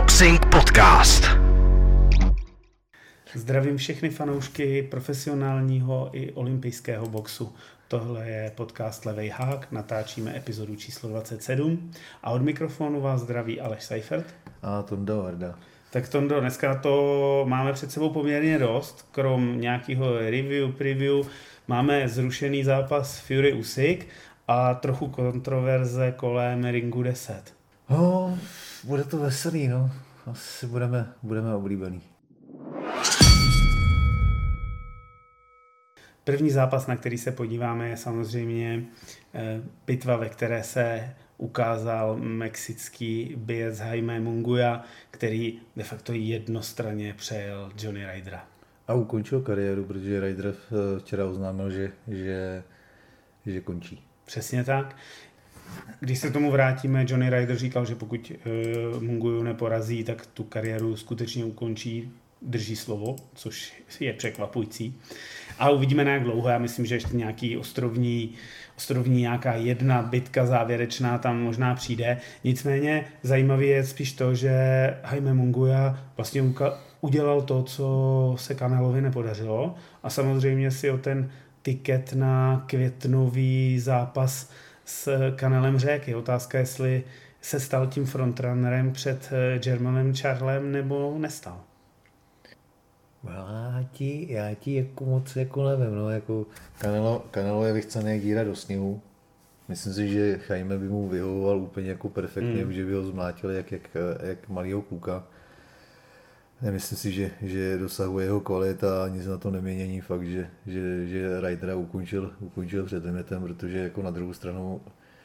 Boxing Podcast. Zdravím všechny fanoušky profesionálního i olympijského boxu. Tohle je podcast Levej hák, natáčíme epizodu číslo 27 a od mikrofonu vás zdraví Aleš Seifert. A Tondo Varda. Tak Tondo, dneska to máme před sebou poměrně dost, krom nějakého preview, máme zrušený zápas Fury Usyk a trochu kontroverze kolem ringu 10. No, bude to veselý, no. Asi budeme oblíbený. První zápas, na který se podíváme, je samozřejmě bitva, ve které se ukázal mexický bijec Jaime Munguia, který de facto jednostranně přejel Johnny Rydera. A ukončil kariéru, protože Ryder včera oznámil, že končí. Přesně tak. Když se k tomu vrátíme, Johnny Ryder říkal, že pokud Munguiu neporazí, tak tu kariéru skutečně ukončí, drží slovo, což je překvapující. A uvidíme, na jak dlouho. Já myslím, že ještě nějaký ostrovní nějaká jedna bitka závěrečná tam možná přijde. Nicméně zajímavé je spíš to, že Jaime Munguia vlastně udělal to, co se Canelovi nepodařilo. A samozřejmě si o ten tiket na květnový zápas s Canelem řekl. Je otázka, jestli se stal tím frontrunnerem před Jermanem Charlem nebo nestal. Já ti jako moc jako nevím, no, jako Canelo je vychcený jak díra do sněhu. Myslím si, že Jaime by mu vyhovoval úplně jako perfektně, že by ho zmlátili jak malýho kluka. Nemyslím si, že dosahuje jeho kvalita a nic na to nemění fakt, že Rydera ukončil před limitem, protože jako na druhou stranu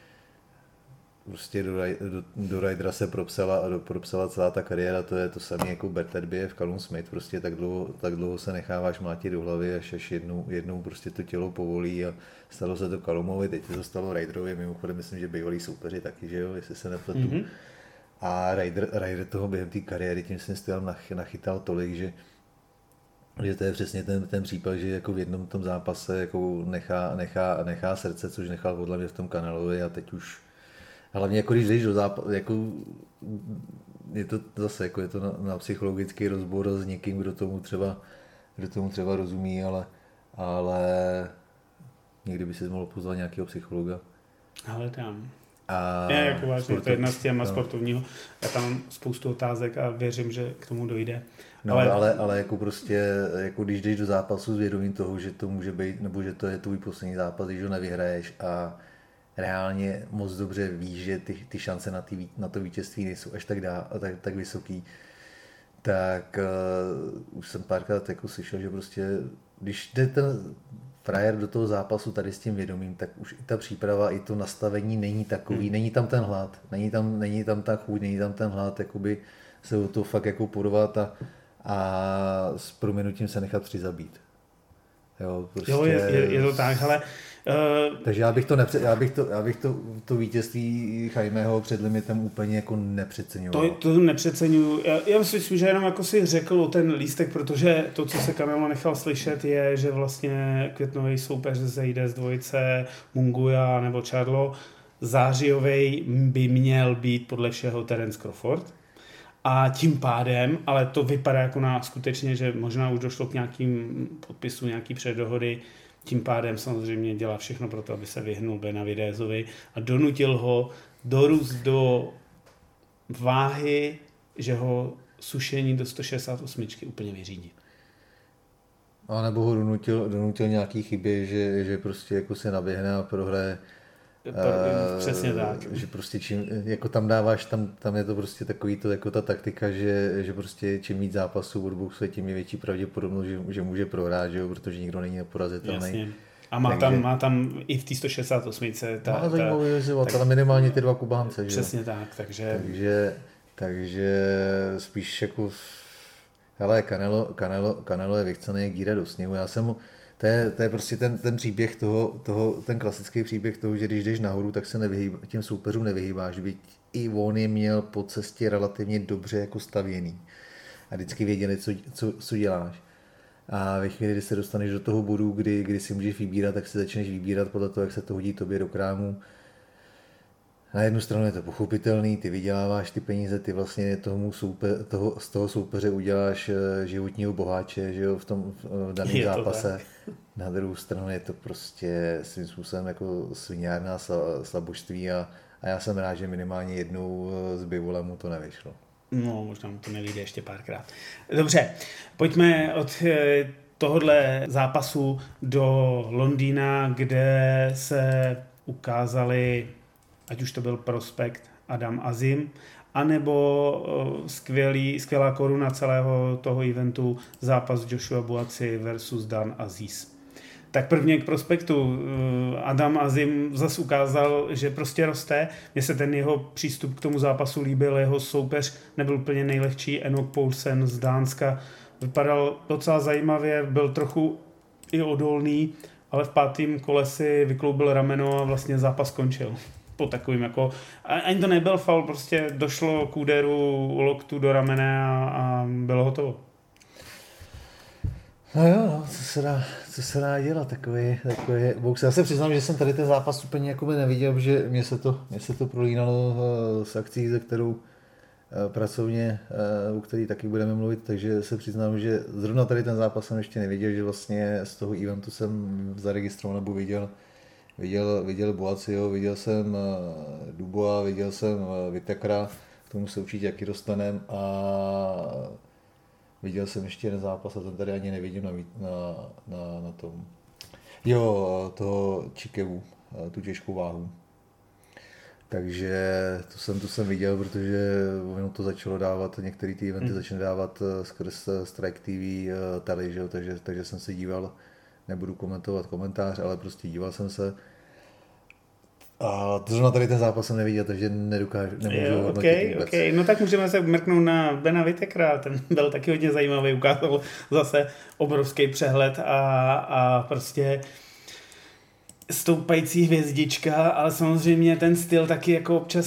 prostě do Rydera se propsala celá ta kariéra, to je to samé jako Berterbiev, Callum Smith, prostě tak dlouho se necháváš mlátit do hlavy, až jednou prostě to tělo povolí a stalo se to Callumovi, teď to stalo Ryderovi, mimochodem myslím, že bývalí soupeři taky, že jo, jestli se nepletu. Mm-hmm. A Ryder toho během té kariéry tím jsem stylem nachytal tolik, že to je přesně ten případ, že jako v jednom tom zápase jako nechá srdce, což nechal podle mě v tom Canelovi a teď už hlavně jako když jdeš do zápasu, jako je to zase jako je to na psychologický rozbor s někým, kdo tomu třeba rozumí, ale někdy by si mohl pozvat nějakého psychologa. Ale tam. Jako vážně, to je jedna z těma sportovního. Já tam mám spoustu otázek a věřím, že k tomu dojde. No, ale jako prostě, jako když jdeš do zápasu s vědomím toho, že to může být, nebo že to je tvůj poslední zápas, když ho nevyhraješ a reálně moc dobře víš, že ty šance na to vítězství nejsou až tak vysoký, tak už jsem párkrát jako slyšel, že prostě, když jde ten frajer do toho zápasu tady s tím vědomím, tak už i ta příprava, i to nastavení není takový, není tam ten hlad, není tam ta chuť, není tam ten hlad, jakoby se o to fakt jako porvat a s prominutím se nechat přizabít. Jo, prostě... jo je to tak, ale... Takže já bych to vítězství Jaimeho před limitem úplně jako nepřeceňoval. To nepřeceňuju. Já si myslím, že jenom jako si řekl o ten lístek, protože to, co se Canelo nechal slyšet, je, že vlastně květnový soupeř zejde z dvojice Munguia nebo Charlo. Zářijovej by měl být podle všeho Terence Crawford. A tím pádem, ale to vypadá jako na skutečně, že možná už došlo k nějakým podpisu, nějaký předdohody, tím pádem samozřejmě dělá všechno pro to, aby se vyhnul Benavidezovi a donutil ho dorůst do váhy, že ho sušení do 168 úplně vyřídí. A nebo ho donutil nějaký chyby, že prostě jako se naběhne a prohraje. Přesně tak. Že prostě čím, jako tam dáváš, tam je to prostě takový to, jako ta taktika, že prostě čím víc zápasů odboxuje, tím je větší pravděpodobnost, že může prohrát, že jo, protože nikdo není neporazitelný. Jasně. A má tam i v té 168. Má zajímavé, že tam minimálně ty dva Kubánce. Přesně tak, takže spíš jako hele, Canelo je vychcený jak díra do sněhu. To je prostě ten příběh ten klasický příběh toho, že když jdeš nahoru, tak se těm soupeřům nevyhýbáš, byť i on je měl po cestě relativně dobře jako stavěný a vždycky věděli, co děláš. A ve chvíli, kdy se dostaneš do toho bodu, kdy si můžeš vybírat, tak si začneš vybírat podle toho, jak se to hodí tobě do krámu. Na jednu stranu je to pochopitelný, ty vyděláváš ty peníze, ty vlastně z toho soupeře uděláš životního boháče, že jo, v daném zápase. Na druhou stranu je to prostě svým způsobem jako sviňárna slabožství a já jsem rád, že minimálně jednou z Bivola mu to nevyšlo. No, možná mu to nevyjde ještě párkrát. Dobře, pojďme od tohohle zápasu do Londýna, kde se ukázali, ať už to byl prospekt Adam Azim, anebo skvělá koruna celého toho eventu, zápas Joshua Buatsi versus Dan Aziz. Tak prvně k prospektu. Adam Azim zase ukázal, že prostě roste. Mně se ten jeho přístup k tomu zápasu líbil, jeho soupeř nebyl úplně nejlehčí, Enoch Poulsen z Dánska. Vypadal docela zajímavě, byl trochu i odolný, ale v pátém kole si vykloubil rameno a vlastně zápas skončil. Po takovým jako, ani to nebyl faul, prostě došlo k úderu loktu do ramene a bylo hotovo. No jo, no, co se dá dělat, takový box. Já se přiznám, že jsem tady ten zápas úplně jakoby neviděl, protože mě se to prolínalo s akcí, ze kterou pracovně, o který taky budeme mluvit, takže se přiznám, že zrovna tady ten zápas jsem ještě neviděl, že vlastně z toho eventu jsem zaregistroval nebo viděl Buatsiho, viděl jsem Dubois, viděl jsem Whittakera, k tomu se určitě taky dostanem a viděl jsem ještě jeden zápas a ten tady ani nevidím na tom. Jo, toho Čikevu, tu těžkou váhu. Takže to jsem viděl, protože ono to začalo dávat, některé ty eventy začaly dávat skrz Strike TV tele, že jo, takže jsem se díval, nebudu komentovat komentář, ale prostě díval jsem se. A zrovna tady ten zápas jsem neviděl, takže nemůžu hodnotit vůbec. Okay. No tak můžeme se mrknout na Bena Whittakera, ten byl taky hodně zajímavý, ukázal zase obrovský přehled a prostě stoupající hvězdička, ale samozřejmě ten styl taky jako občas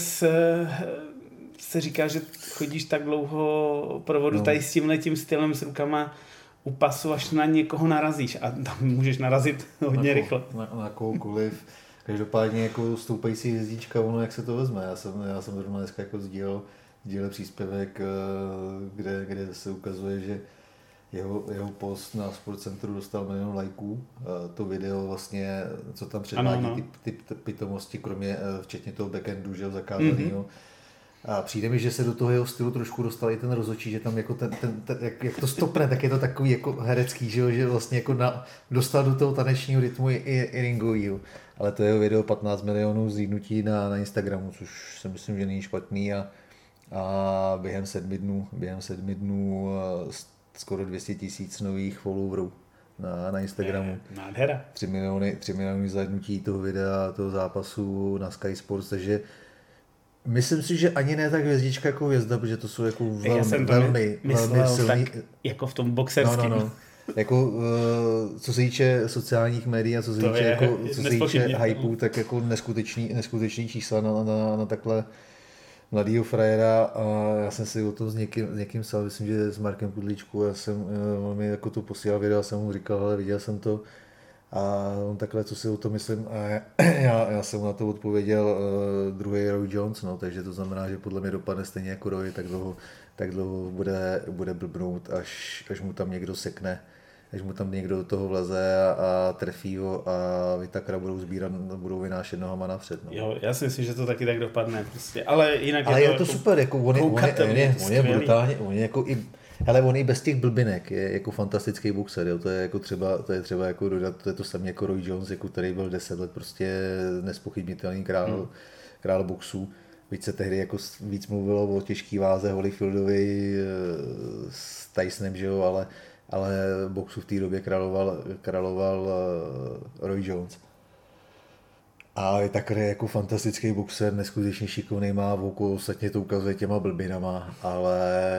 se říká, že chodíš tak dlouho provodu tady s tímhletím stylem s rukama u pasu, až na někoho narazíš a tam můžeš narazit hodně rychle. Na koukoliv. Každopádně jako stoupající hvězdička, ono jak se to vezme. Já jsem zrovna dneska jako sdílel příspěvek, kde se ukazuje, že jeho post na Sportcentru dostal 1 milion lajků. To video vlastně, co tam předvádí, ty pitomosti, kromě včetně toho backendu, že jo, zakázanýho. A přijde mi, že se do toho jeho stylu trošku dostal i ten rozhodčí, že tam jako jak to stopne, tak je to takový jako herecký, že vlastně jako dostal do toho tanečního rytmu i ringovýho. Ale to jeho video 15 milionů zhlídnutí na Instagramu, což si myslím, že není špatný a během 7 dnů skoro 200 000 nových followerů na Instagramu. Nádhera. 3 miliony zhlédnutí toho videa, toho zápasu na Sky Sports, takže myslím si, že ani ne tak hvězdička jako hvězda, protože to jsou jako velmi silný. Jako v tom boxerském. No. Jako, co se týče sociálních médií a co se týče hypeu, tak jako neskutečný čísla na takhle mladýho frajera a já jsem si o tom s někým psal, myslím, že s Markem Kudličkou, on mi jako to posílal video a jsem mu říkal, ale viděl jsem to a on takhle, co si o tom myslím a já jsem mu na to odpověděl druhý Roy Jones, no, takže to znamená, že podle mě dopadne stejně jako Roy, tak dlouho bude blbnout, až mu tam někdo sekne, až mu tam někdo do toho vleze a trefí ho a Whittakera budou vynášet nohama napřed. No. Jo, já si myslím, že to taky tak dopadne. Prostě. Ale jinak ale je to super, jako on je brutálně, on je jako ale on i bez těch blbinek je jako fantastický boxer, jo. To je třeba jako dodat, to je to samé jako Roy Jones, jako který byl 10 let prostě nespochybnitelný král boxu. Víc se tehdy jako víc mluvilo o těžký váze Holyfieldovi s Tysonem, že jo, ale boxu v té době královal Roy Jones. A je takový jako fantastický boxer, neskutečně šikovný, má v oku, ostatně to ukazuje těma blbinama, ale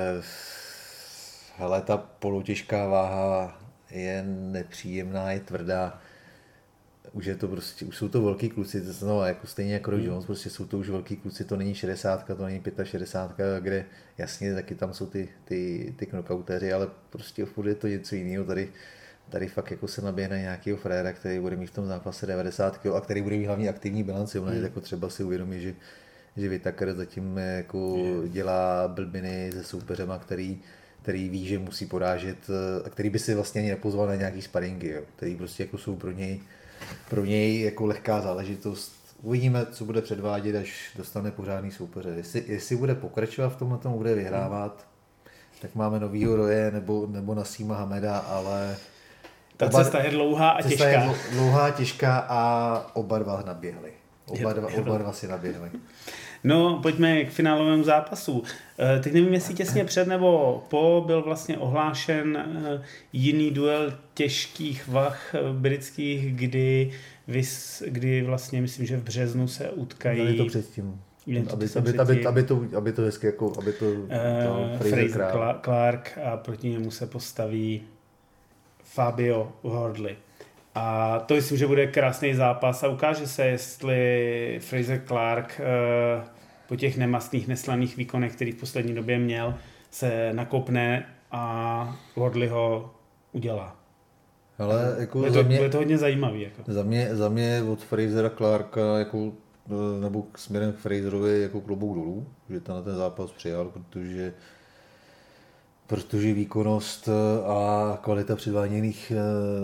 hele, ta polotěžká váha je nepříjemná, je tvrdá. Už jsou to velký kluci, no, jako stejně jako Roy Jones, prostě jsou to už velký kluci, to není 60, to není 65, kde jasně taky tam jsou ty knockoutéři, ale prostě furt je to něco jiného. Tady fakt jako se naběhne nějakého fréra, který bude mít v tom zápase 90 kg a který bude mít hlavně aktivní bilanci. Ono je jako třeba si uvědomit, že Whittaker zatím jako dělá blbiny se soupeřema, který ví, že musí porážet, a který by si vlastně ani nepozval na nějaký sparingy, jo, který prostě jako jsou pro něj jako lehká záležitost. Uvidíme, co bude předvádět, až dostane pořádný soupeře. Jestli bude pokračovat v tomhle, tomu bude vyhrávat, tak máme novýho Roje nebo Nasima Hameda, ale ta cesta je dlouhá a těžká. Je dlouhá, těžká a oba dva naběhli. Oba dva si naběhli. No, pojďme k finálovému zápasu. Teď nevím, jestli těsně před nebo po byl vlastně ohlášen jiný duel těžkých vah britských, kdy vlastně myslím, že v březnu se utkají. Dali to předtím. Aby to hezky jako, aby to Fraser Clark a proti němu se postaví Fabio Wardley. A to myslím, že bude krásný zápas a ukáže se, jestli Fraser Clark po těch nemastných, neslaných výkonech, který v poslední době měl, se nakopne a Wardley ho udělá. Ale jako bude to hodně zajímavý. Jako. Za mě od Frasera Clarka jako, nebo směrem k Fraserovi jako klobouk dolů, že ten zápas přijal, protože výkonnost a kvalita předváděných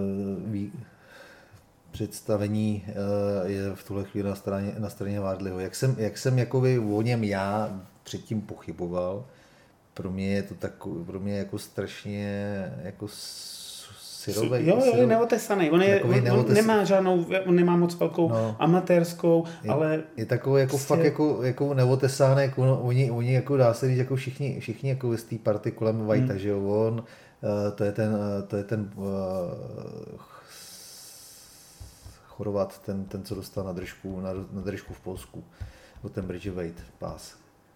představení je v tuhle chvíli na straně Wardleyho. Jak jsem jakoby o něm já předtím pochyboval, pro mě je to takový, jako strašně jako syrovej. Jo, je neotesaný. On nemá žádnou, on nemá moc velkou amatérskou, ale... Je takový jako fakt jako neotesaný, jako oni jako dá se říct jako všichni jako z té party kolem Whitea, že jo, on, to je ten Chorvat, ten co dostal na držku v Polsku, o ten Bridgeweight pás.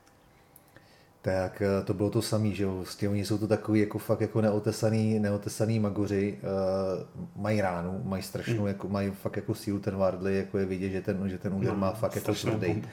Tak to bylo to samý, že jo, oni jsou to takový jako fakt jako neotesaný magoři, mají ránu, mají strašnou, jako, mají fakt jako sílu, ten Wardley, jako je vidět, že ten úder má fakt jako tvrdý.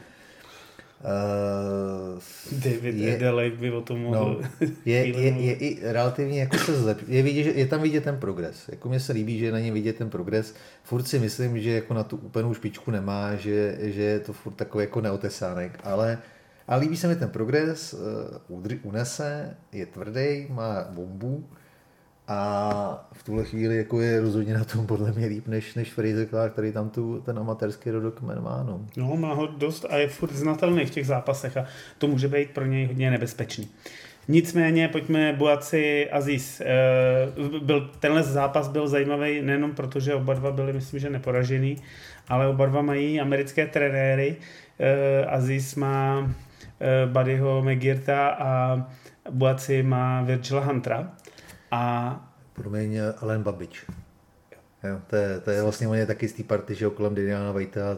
David Edelek by o tom mohl. Je i relativně jako se je tam vidět ten progres. Jako mně se líbí, že je na něm vidět ten progres. Furt si myslím, že jako na tu úplnou špičku nemá, že je to furt takový jako neotesánek, ale líbí se mi ten progres, unese, je tvrdý, má bombu a v tuhle chvíli jako je rozhodně na tom podle mě líp než Fraser Clark, který tam ten amatérský rodokmen má. No, má ho dost a je furt znatelný v těch zápasech a to může být pro něj hodně nebezpečný. Nicméně pojďme Buatsi Aziz. Tenhle zápas byl zajímavý nejenom proto, že oba dva byli, myslím, že neporažený, ale oba dva mají americké trenéry. Aziz má Buddyho McGirta a Buatsi má Virgila Huntera. A promiň, Alen Babič. Jo, to je vlastně on je taky z té party, že kolem Daniela Whitea,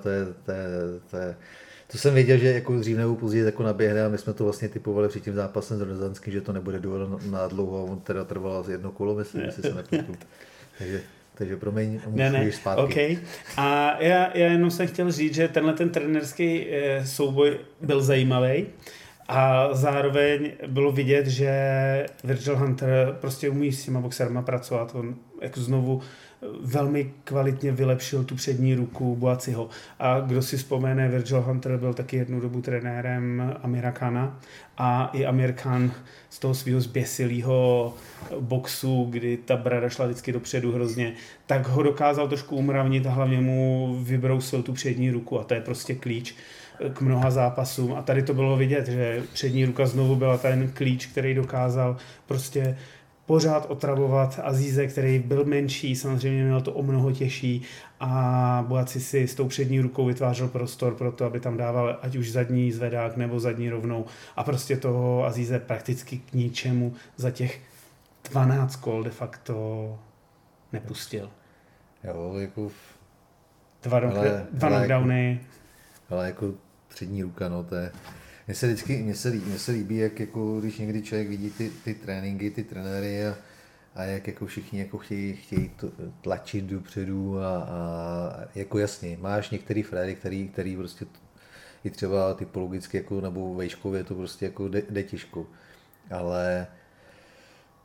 to jsem věděl, že jako dřív nebo později jako naběhne a my jsme to vlastně typovali před tím zápasem s Rozanským, že to nebude duel na dlouho a on teda trval asi jedno kolo, myslím, jestli se nepletu. Takže promiň, můžu zpátky. Okay. A já jenom jsem chtěl říct, že tenhle ten trenérský souboj byl zajímavý. A zároveň bylo vidět, že Virgil Hunter prostě umí s těma boxerama pracovat. On jako znovu velmi kvalitně vylepšil tu přední ruku Buatsiho. A kdo si vzpomene, Virgil Hunter byl taky jednu dobu trenérem Amira Khana a i Amir Khan z toho svého zběsilého boxu, kdy ta brada šla vždycky dopředu hrozně, tak ho dokázal trošku umravnit a hlavně mu vybrousil tu přední ruku a to je prostě klíč k mnoha zápasům. A tady to bylo vidět, že přední ruka znovu byla ten klíč, který dokázal prostě pořád otravovat Azíze, který byl menší, samozřejmě měl to o mnoho těžší a Buatsi si s tou přední rukou vytvářel prostor pro to, aby tam dával ať už zadní zvedák nebo zadní rovnou a prostě toho Azíze prakticky k ničemu za těch 12 kol de facto nepustil. Jo, jako... Dva knockdowny. Ale jako přední ruka, no to je... Mně se líbí, jak jako, když někdy člověk vidí ty tréninky, ty trenéry a jak jako všichni jako chtějí tlačit dopředu a jako jasně, máš některý fréry, který prostě i třeba typologicky jako, nebo vejškově to prostě jako jde těžko, ale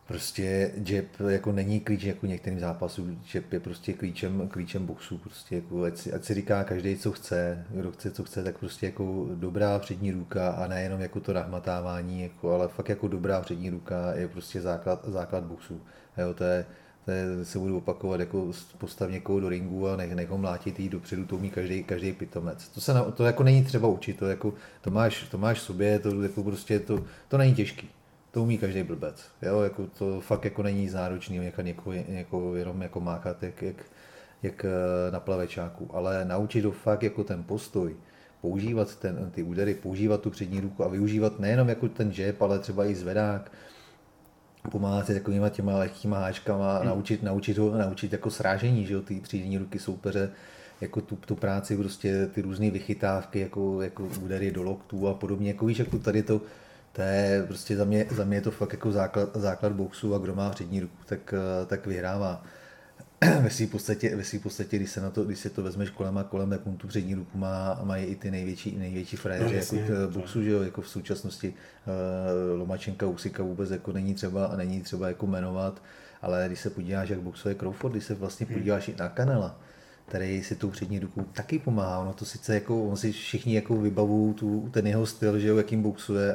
Prostě jab jako není klíč jako některým zápasům, jab je prostě klíčem boxu, prostě jako ať si říká každý, co chce, kdo chce, co chce, tak prostě jako dobrá přední ruka a nejenom jako to nahmatávání, jako, ale fakt jako dobrá přední ruka je prostě základ boxu. Jo, to je, se budu opakovat, jako postav někoho do ringu a nech ho mlátit jít dopředu, to umí každý pitomec. To jako není třeba učit, to máš v sobě, to jako prostě to není těžký. To umí každý blbec. Jo? Jako to fakt jako není náročný nechat někoho jenom jako máchat jak na plavečáku, ale naučit ho fakt jako ten postoj, používat ty údery, používat tu přední ruku a využívat nejenom jako ten jab, ale třeba i zvedák, pomáhat si takovýma těma lehkýma háčkama, naučit jako srážení, že jo, ty přední ruky soupeře, jako tu práci, prostě ty různé vychytávky, jako údery do loktů a podobně, jako víš, jako tady to je prostě za mě je to fakt jako základ boxu a kdo má přední ruku, tak vyhrává. Ve svým podstatě, když se to vezmeš kolem, jak on tu přední ruku mají i ty největší frajeři jako boxu, že jo, jako v současnosti Lomačenka, Usyka vůbec jako není třeba jako jmenovat, ale když se podíváš, jak boxuje Crawford, když se vlastně podíváš i na Canela, který si tou přední rukou taky pomáhá, ono to sice jako, on si všichni jako vybavují ten jeho styl, že jo, jakým boxuje,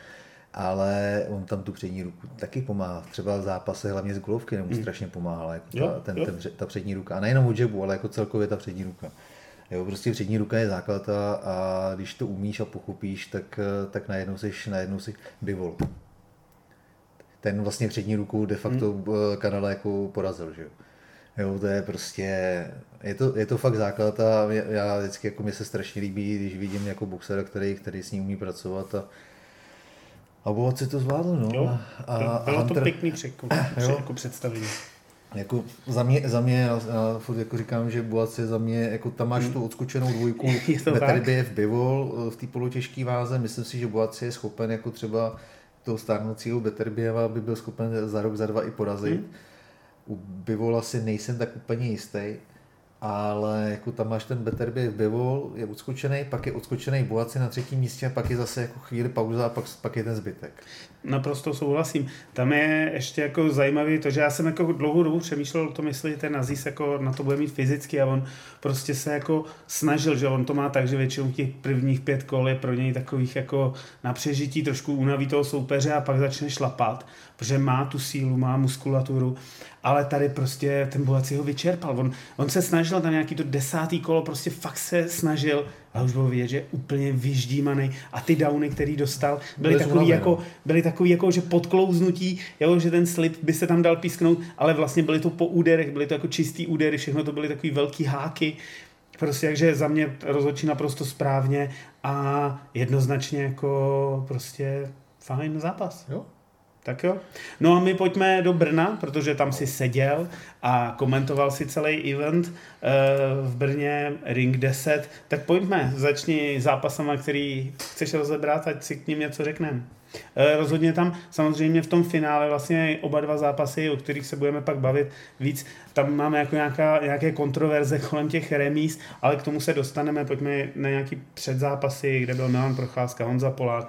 ale on tam tu přední ruku taky pomáhá. Třeba v zápase hlavně z Golovky mu strašně pomáhala jako ta přední ruka. A nejenom od jabu, ale jako celkově ta přední ruka. Jo, prostě přední ruka je základ a když to umíš a pochopíš, tak najednou jsi Bivol. Ten vlastně přední ruku de facto Canela jako porazil, že jo. Jo, to je prostě, je to fakt základ a já vždycky jako mě se strašně líbí, když vidím jako boxera, který s ním umí pracovat a Boat si to zvládl, no. Jo, bylo to pěkný jako představení. Jako za mě já furt jako říkám, že Boat je za mě, jako tam máš tu odskočenou dvojku Beterbiev Bivol v té polotěžké váze, myslím si, že Boat je schopen jako třeba toho stárnoucího Beterbieva by byl schopen za rok, za dva i porazit. U Bivola si nejsem tak úplně jistý, ale jako tam máš ten Beterbiev Bivol, je odskočený, pak je odskočený Boaci na třetím místě a pak je zase jako chvíli pauza a pak je ten zbytek. Naprosto souhlasím. Tam je ještě jako zajímavý to, že já jsem jako dlouhou dobu přemýšlel o tom, jestli ten Aziz jako na to bude mít fyzicky a on prostě se jako snažil, že on to má tak, že většinou těch prvních 5 kol je pro něj takových jako na přežití, trošku unaví toho soupeře a pak začne šlapat, protože má tu sílu, má muskulaturu, ale tady prostě ten Boat si ho vyčerpal. On se snažil tam nějaký to 10. kolo, prostě fakt se snažil, a už bylo vidět, že je úplně vyždímaný a ty downy, který dostal, byly takový jako, že podklouznutí, jo, že ten slip by se tam dal písknout, ale vlastně byly to po úderech, byly to jako čistý údery, všechno to byly takový velký háky, prostě takže za mě rozhodčí naprosto správně a jednoznačně jako prostě fajn zápas. Jo. Tak jo. No a my pojďme do Brna, protože tam si seděl a komentoval si celý event v Brně, Ring 10. Tak pojďme, začni zápasama, který chceš rozebrat, ať si k ním něco řekneme. Rozhodně tam samozřejmě v tom finále vlastně oba dva zápasy, o kterých se budeme pak bavit víc, tam máme jako nějaké kontroverze kolem těch remíz, ale k tomu se dostaneme, pojďme na nějaký předzápasy, kde byl Milan Procházka, Honza Polák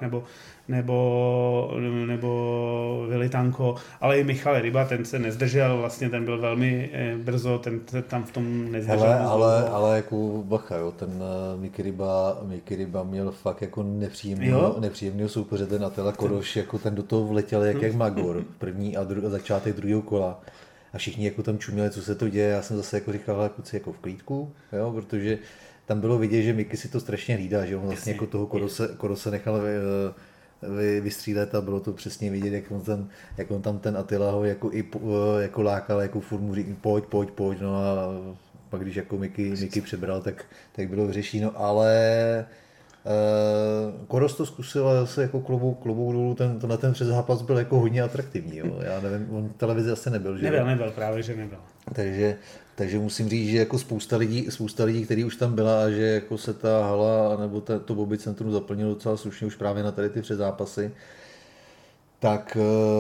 nebo Vili Tanko, ale i Michal Ryba, ten se nezdržel, vlastně ten byl velmi brzo, ten tam v tom nezdržel. Ale jako bacha, jo, ten Miki Ryba měl fakt jako nepříjemného soupeře, ten Attila Koroš, jako ten do toho vletěl jak Magor, první a začátek druhého kola. A všichni jako tam čuměli, co se to děje, já jsem zase jako říkal, ale kluci jako v klídku, jo, protože tam bylo vidět, že Miki si to strašně hlídá, že on vlastně jako toho Korose nechal vystřílet a bylo to přesně vidět, jak on tam ten Attila ho jako lákal, jako furt mu říkal, pojď, no a pak když jako Miki přebral, tak bylo vyřešeno, ale Koros to zkusil a zase jako klobouk dolů, ten předzápas byl jako hodně atraktivní, jo. Já nevím, on v televizi asi nebyl, že? Nebyl, právě že nebyl. Takže musím říct, že jako spousta lidí, kteří už tam byla a že jako se ta hala nebo to Bobby centrum zaplnilo docela slušně už právě na tady ty předzápasy, tak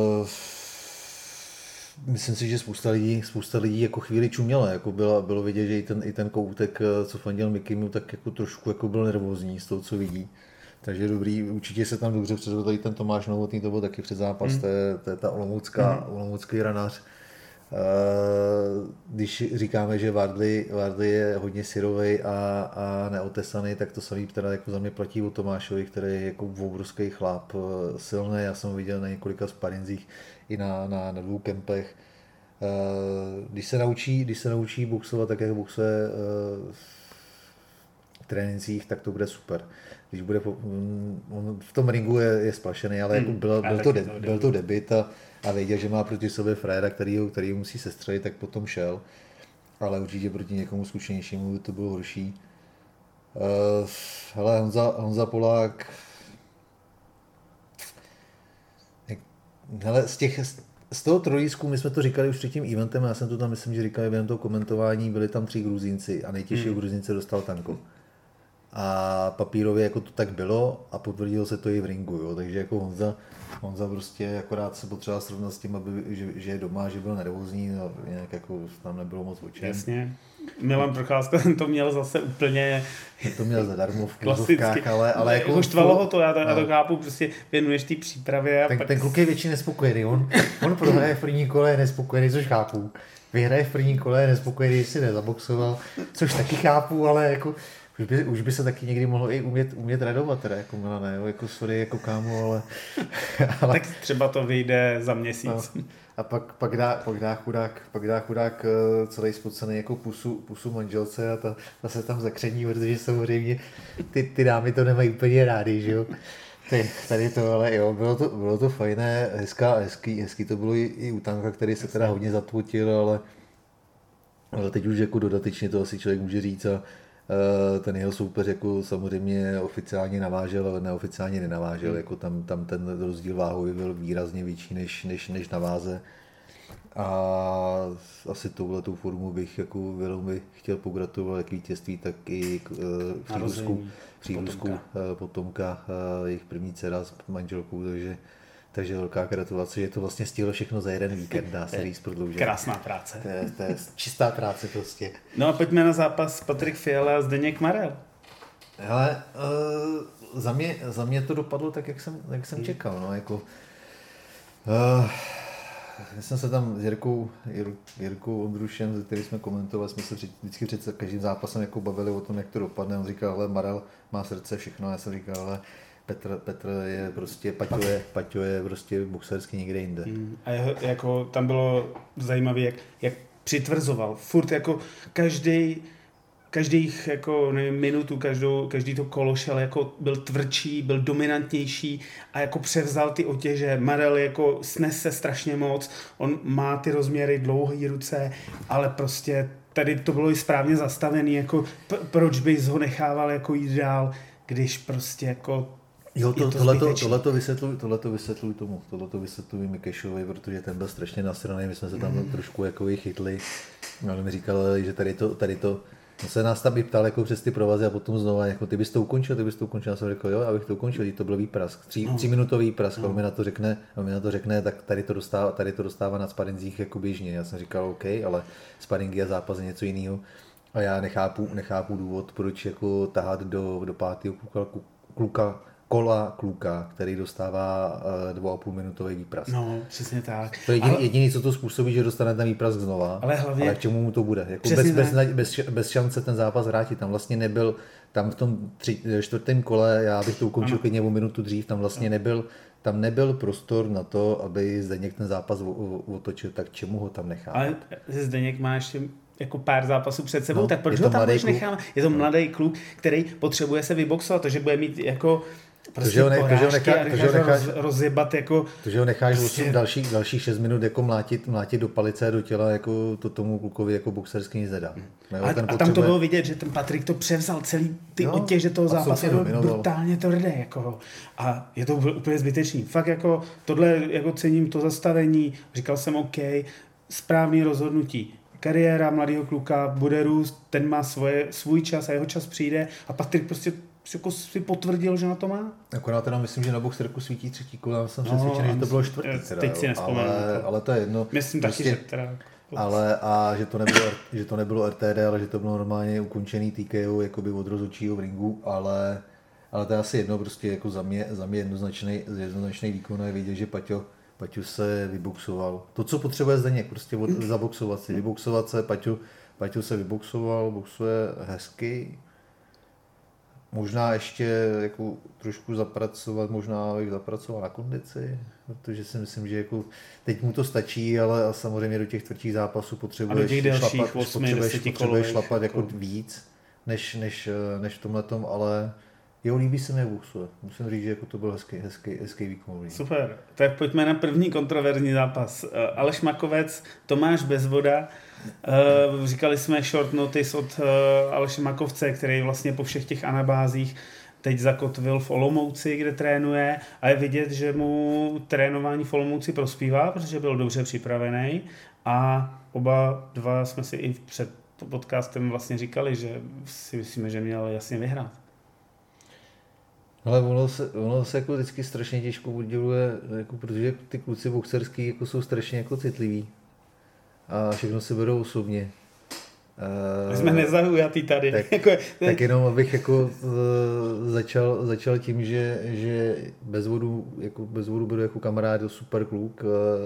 myslím si, že spousta lidí jako chvíli čuměla, jako bylo vidět, že i ten koutek, co fandil Mikimu, tak jako trošku jako byl nervózní z toho, co vidí. Takže dobrý, určitě se tam dobře předvedl tady ten Tomáš Novotný, to byl taky předzápas, to je ta olomoucký ranář. Když říkáme, že Wardley je hodně syrovej a neotesaný, tak to samý teda jako za mě platí o Tomášovi, který je jako obrovský chlap, silný, já jsem ho viděl na několika sparinzích i na 2 kempech. Když se naučí boxovat tak, jak boxuje v trénincích, tak to bude super. Když bude on v tom ringu je splašený, ale jako byl to debut a věděl, že má proti sobě frajera, který musí sestřelit, tak potom šel. Ale určitě proti někomu zkušenějšímu by to bylo horší. Hele, Honza Polák. Hele, z toho trojlízku, my jsme to říkali už před tím eventem, já jsem to tam myslím, že říkali během toho komentování, byli tam 3 Gruzínci a nejtěžšího Gruzínce dostal Tanko. A papírově jako to tak bylo a potvrdilo se to i v ringu, jo. Takže jako Honza prostě akorát se potřeboval srovnat s tím, že je doma, že byl nervózní, no, nějak jako tam nebylo moc o čem. Jasně. Milan Procházka to měl zase úplně... To měl zadarmo v kluzovkách, ale jako... Štvalo ho to, já to chápu, prostě věnuješ té přípravě a ten kluk je většině nespokojený, on prohraje v první kole, je nespokojený, což chápu. Vyhraje v první kole, je nespokojený, jestli nezaboxoval, což taky chápu, ale jako... Už by se taky někdy mohlo i umět radovat, teda jako Milane, jako sorry, jako kámo, ale... Tak třeba to vyjde za měsíc. No. A pak dá chudák celý spocený jako pusu manželce a ta se tam zakření, protože samozřejmě ty dámy to nemají úplně rády, že jo. Tady to, ale jo, bylo to fajné, hezký to bylo i u Tanka, který se teda hodně zatvotil, ale teď už jako dodatečně to asi člověk může říct a ten jeho soupeř jako samozřejmě oficiálně navážel, ale neoficiálně nenavážel, jako tam ten rozdíl váhový byl výrazně větší než na váze. A asi touhletou formu bych jako velmi chtěl pogratulovat jak vítězství, tak i přírůzku potomka, jejich první dcera s manželkou, takže velká gratulace, že to vlastně stihlo všechno za jeden víkend, dá se říct prodloužit. Krásná práce. To je čistá práce prostě. No a pojďme na zápas Patrik Fiala a Zdeněk Marel. Hele, za mě to dopadlo tak, jak jsem čekal, no, jako... Já jsem se tam s Jirkou Ondrušem, který jsme komentovali, jsme se vždycky před každým zápasem jako bavili o tom, jak to dopadne. On říkal, hele, Marel má srdce, všechno. Já jsem říkal, hele, Petr je prostě, Paťo je prostě boxersky někde jinde. A jako tam bylo zajímavé, jak přitvrzoval. Furt jako každých jako nevím, minutu, každý to kolo šel, jako byl tvrdší, byl dominantnější a jako převzal ty otěže. Marel jako snese strašně moc, on má ty rozměry, dlouhé ruce, ale prostě tady to bylo i správně zastavený, jako proč bys ho nechával jako jít dál, když prostě jako jo, tohleto vysvětluji Mikešovi, protože ten byl strašně nasraný, my jsme se tam trošku jako i chytli, ale mi říkal, že tady to on se nás tam i ptal jako přes ty provazy a potom znova, jako ty bys to ukončil, já jsem řekl, jo, abych to ukončil, to byl výprask, 3-minutový prask, on mi na to řekne, tak tady to dostává na sparinzích jako běžně, já jsem říkal, OK, ale sparingy a zápas je něco jiného a já nechápu důvod, proč jako tahat do pátého kluka, který dostává 2,5 minutový výprask. No, přesně tak. To je jediný, co to způsobí, že dostane ten výprask znova, ale k čemu mu to bude. Jako bez šance ten zápas vrátit. Tam vlastně nebyl, tam v tom 4. kole, já bych to ukončil klidně o minutu dřív, tam vlastně nebyl prostor na to, aby Zdeněk ten zápas otočil, tak čemu ho tam nechá? Ale Zdeněk má ještě jako pár zápasů před sebou, tak proč ho tam už necháme? Je to mladý kluk, který potřebuje se vyboxovat, to, že bude mít jako prostě porážky a necháš rozjebat jako... To, že ho necháš prostě... dalších 6 minut jako mlátit do palice a do těla, jako to tomu klukovi jako boxersky nic nedá. A tam to bylo vidět, že ten Patrik to převzal celý ty otěže toho zápasu, byl brutálně tvrdý. Jako. A je to úplně zbytečný. Fakt jako tohle jako cením to zastavení, říkal jsem OK, správný rozhodnutí. Kariéra mladého kluka bude růst, ten má svůj čas a jeho čas přijde a Patrik prostě jako si potvrdil, že na to má. Akorát teda myslím, že na boxerku svítí 3. kolo, já jsem přesvědčený, že to bylo 4. Teď si nespomenu. Ale to je jedno. Myslím prostě, taky, že teda... Ale že to nebylo RTD, ale že to bylo normálně ukončený TKO jakoby od rozhodčího v ringu, ale Ale to je asi jedno, prostě jako za mě jednoznačný výkon je vidět, že Paťu se vyboxoval. To, co potřebuje Zdeněk, prostě zaboxovat si, vyboxovat se, Paťu se vyboxoval, boxuje hezky. Možná ještě jako trošku zapracovat, možná bych zapracoval na kondici, protože si myslím, že jako teď mu to stačí, ale samozřejmě do těch tvrdších zápasů potřebuješ šlapat jako víc, než v tomhletom, ale jeho líbí se mi boxuje. Musím říct, že jako to byl hezký výkon. Super, tak pojďme na první kontroverzní zápas. Aleš Makovec, Tomáš Bezvoda. Říkali jsme short notice od Aleše Makovce, který vlastně po všech těch anabázích teď zakotvil v Olomouci, kde trénuje, a je vidět, že mu trénování v Olomouci prospívá, protože byl dobře připravený, a oba dva jsme si i před podcastem vlastně říkali, že si myslíme, že měl jasně vyhrát. Ale ono se jako vždycky strašně těžko odděluje, jako, protože ty kluci boxerský jako jsou strašně jako citliví a všechno se berou osobně. My jsme nezaujatý tady. Tak jenom abych jako začal tím, že Bezvodu beru jako kamarád, super kluk,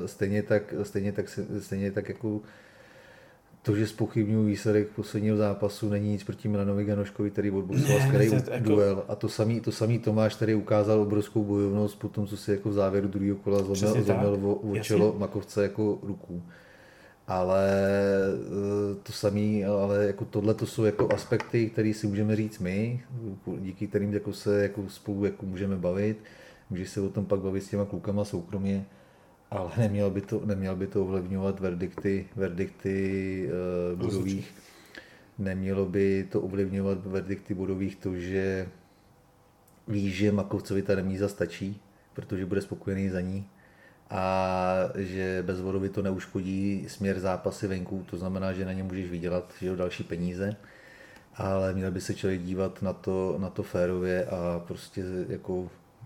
stejně tak jako to, že zpochybňuji výsledek posledního zápasu, není nic proti Milanovi Ganoškovi, který odboxoval skvělý duel. A to samý Tomáš, který ukázal obrovskou bojovnost po tom, co si jako v závěru druhého kola zlomil o čelo Makovce jako ruku. Ale to samý, ale jako tohle to jsou jako aspekty, které si můžeme říct my, díky kterým jako se jako spolu jako můžeme bavit. Můžeš se o tom pak bavit s těma klukama soukromě. Ale neměl by to ovlivňovat verdikty bodových. Nemělo by to ovlivňovat verdikty bodových to, že víš, že Makovcovi ta remíza stačí, protože bude spokojený za ní, a že Bezvodovi to neuškodí směr zápasy venku, to znamená, že na ně můžeš vydělat, že další peníze, ale měl by se člověk dívat na to férově a prostě jako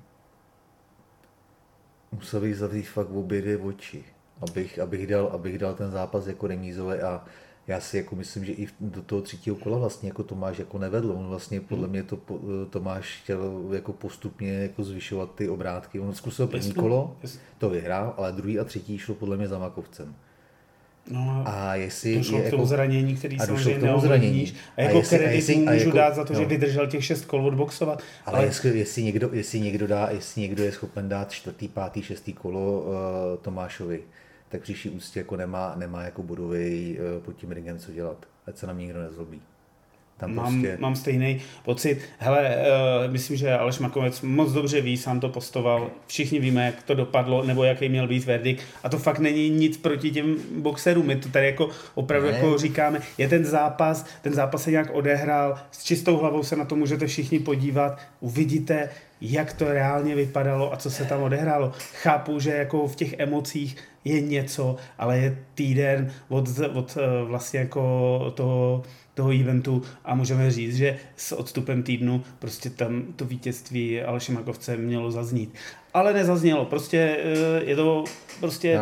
musel bych zavřít fakt obě dvě oči, abych dal ten zápas jako remízové, a já si jako myslím, že i do toho třetího kola vlastně jako Tomáš jako nevedl. On vlastně podle mě Tomáš chtěl jako postupně jako zvyšovat ty obrátky. On zkusil první kolo, to vyhrál, ale druhý a třetí šlo podle mě za Makovcem. No, a jestli došlo k tomu zranění, který samozřejmě neovlivníš. A jako kredit mu můžu dát za to, že vydržel těch 6 kol odboxovat. Ale jestli někdo je schopen dát 4., 5., 6. kolo Tomášovi, tak příští úctě jako nemá jako bodový pod tím ringem co dělat. Ať se nám nikdo nezlobí. Mám stejný pocit. Hele, myslím, že Aleš Makovec moc dobře ví, sám to postoval. Všichni víme, jak to dopadlo, nebo jaký měl být verdikt. A to fakt není nic proti těm boxerům. My to tady jako opravdu jako říkáme. Je ten zápas se nějak odehrál. S čistou hlavou se na to můžete všichni podívat. Uvidíte, jak to reálně vypadalo a co se tam odehrálo. Chápu, že jako v těch emocích je něco, ale je týden od vlastně jako toho eventu a můžeme říct, že s odstupem týdnu prostě tam to vítězství Aleše Makovce mělo zaznít. Ale nezaznělo, prostě je to prostě...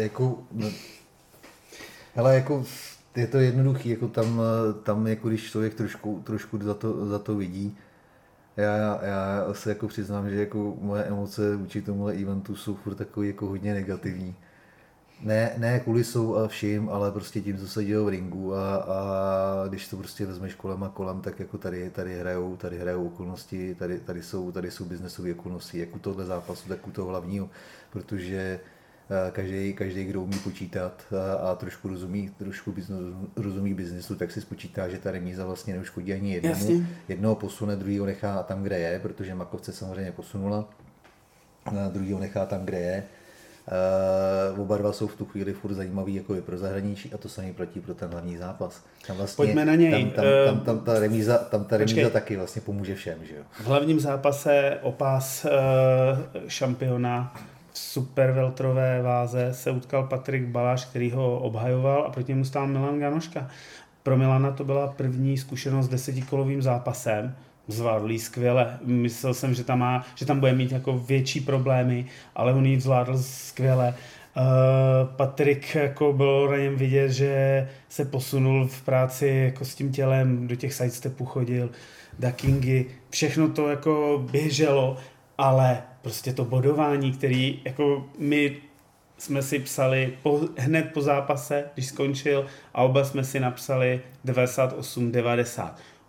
Ale jako je to jednoduchý, jako tam jako když člověk trošku za to vidí. Já se jako přiznám, že jako moje emoce vůči tomuhle eventu jsou furt takový jako hodně negativní. Ne kulisou a vším, ale prostě tím, co se dělo v ringu, a když to prostě vezmeš kolem a kolem, tak jako tady hrajou okolnosti, tady jsou biznesové okolnosti, jak u tohle zápasu, tak u toho hlavního, protože každý, kdo umí počítat a trošku rozumí biznesu, tak si spočítá, že ta remíza vlastně neuškodí ani jednoho posune, druhýho nechá tam, kde je, protože Makovce samozřejmě posunula, druhýho nechá tam, kde je. Oba dva jsou v tu chvíli furt zajímavý jako i pro zahraničí, a to samé platí pro ten hlavní zápas. Tam vlastně, pojďme na něj. Tam ta remíza taky vlastně pomůže všem, že jo? V hlavním zápase o pás šampiona v superveltrové váze se utkal Patrik Baláš, který ho obhajoval, a proti němu stál Milan Ganoška. Pro Milana to byla první zkušenost s 10kolovým zápasem. Zvládl jí skvěle. Myslel jsem, že tam bude mít jako větší problémy, ale on ji zvládl skvěle. Patrik, jako bylo na něm vidět, že se posunul v práci jako s tím tělem, do těch sidestepů chodil. duckingy, všechno to jako běželo, ale prostě to bodování, který jako my jsme si psali hned po zápase, když skončil, a oba jsme si napsali 98-90.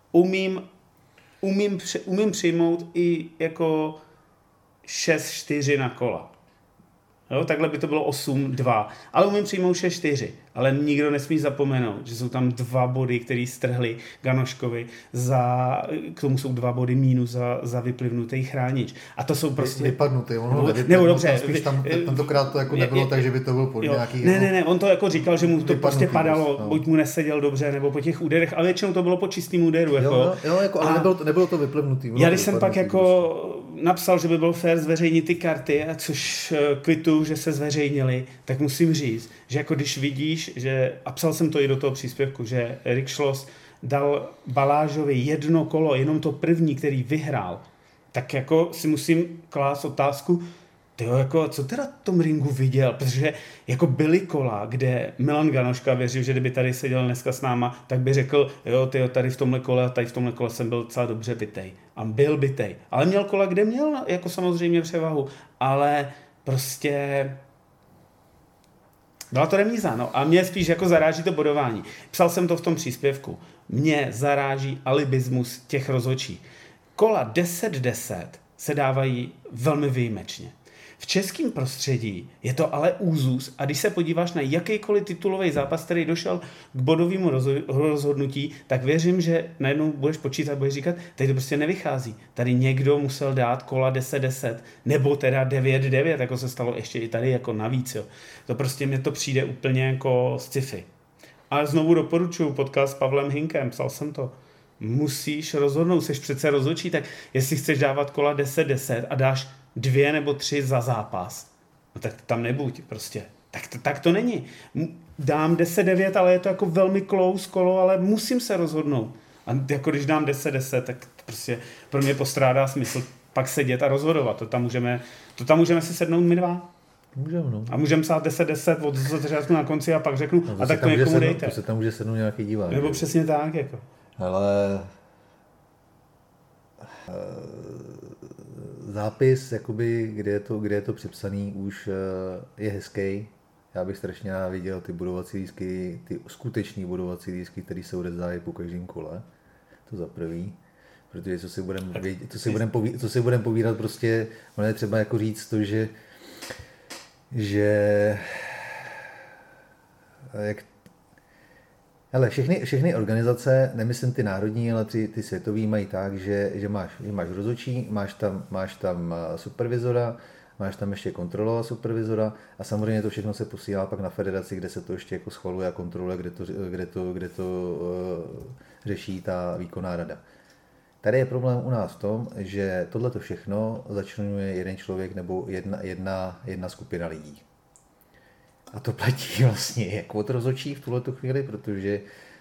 Umím přijmout i jako 6-4 na kola. Jo, takhle by to bylo 8-2. Ale umím přijmout 6-4. Ale nikdo nesmí zapomenout, že jsou tam 2 body, který strhli Ganoškovi. K tomu jsou 2 body mínus za vyplivnutý chránič. A to jsou prostě... Vypadnutý. Nebo dobře. Spíš tam tentokrát to jako nebylo tak, že by to byl pod nějaký... Ne, on to jako říkal, že mu to prostě padalo, buď mu neseděl dobře, nebo po těch úderech, ale většinou to bylo po čistým úderu. Jo, ale nebylo to vyplivnutý. Já když jsem pak jako napsal, že by bylo fér zveřejnit ty karty, což kvitu, že se zveřejnili, tak musím říct, že jako když vidíš, a psal jsem to i do toho příspěvku, že Erik Schloss dal Balážovi 1 kolo, jenom to první, který vyhrál, tak jako si musím klást otázku, tyjo, jako, co teda v tom ringu viděl, protože jako byly kola, kde Milan Ganoška věřil, že kdyby tady seděl dneska s náma, tak by řekl, jo, tyjo, tady v tomhle kole a tady v tomhle kole jsem byl docela dobře bitej. A byl bitej. Ale měl kola, kde měl jako samozřejmě převahu, ale prostě... Byla to remíza, no. A mě spíš jako zaráží to bodování. Psal jsem to v tom příspěvku. Mě zaráží alibismus těch rozhodčí. Kola 10-10 se dávají velmi výjimečně. V českém prostředí je to ale úzus a když se podíváš na jakýkoliv titulový zápas, který došel k bodovému rozhodnutí, tak věřím, že najednou budeš počítat, budeš říkat, tady to prostě nevychází. Tady někdo musel dát kola 10-10 nebo teda 9-9, jako se stalo ještě i tady jako navíc. Jo. To prostě mně to přijde úplně jako sci-fi. A znovu doporučuji podcast s Pavlem Hinkem, psal jsem to. Musíš rozhodnout, jsi přece rozhodčí, tak jestli chceš dávat kola 10-10 a dáš 2 nebo 3 za zápas, no tak tam nebuď prostě. Tak to není. Dám 10-9, ale je to jako velmi close kolo, ale musím se rozhodnout. A jako když dám 10-10, tak prostě pro mě postrádá smysl pak sedět a rozhodovat. To tam můžeme si sednout my 2. Můžeme, no. A můžeme psát 10-10 od začátku na konci a pak řeknu, no, a tak to někomu dejte. To se tam může sednout nějaký divák. Nebo přesně tak, jako. Ale zápis, jakoby, kde je to připsaný, už je hezký. Já bych strašně viděl ty bodovací lístky, ty skutečný bodovací lístky, které se odevzdají po každém kole. To za prvý. Protože co si budeme povídat, prostě, ono je třeba jako říct to, že hele, všechny organizace, nemyslím ty národní, ale ty světový mají tak, že máš rozhodčí, máš tam supervizora, máš tam ještě kontrolora supervizora a samozřejmě to všechno se posílá pak na federaci, kde se to ještě jako schvaluje a kontroluje, kde to řeší ta výkonná rada. Tady je problém u nás v tom, že tohleto všechno začlenuje jeden člověk nebo jedna skupina lidí. A to platí vlastně jako od rozhodčích v tuhleto chvíli, protože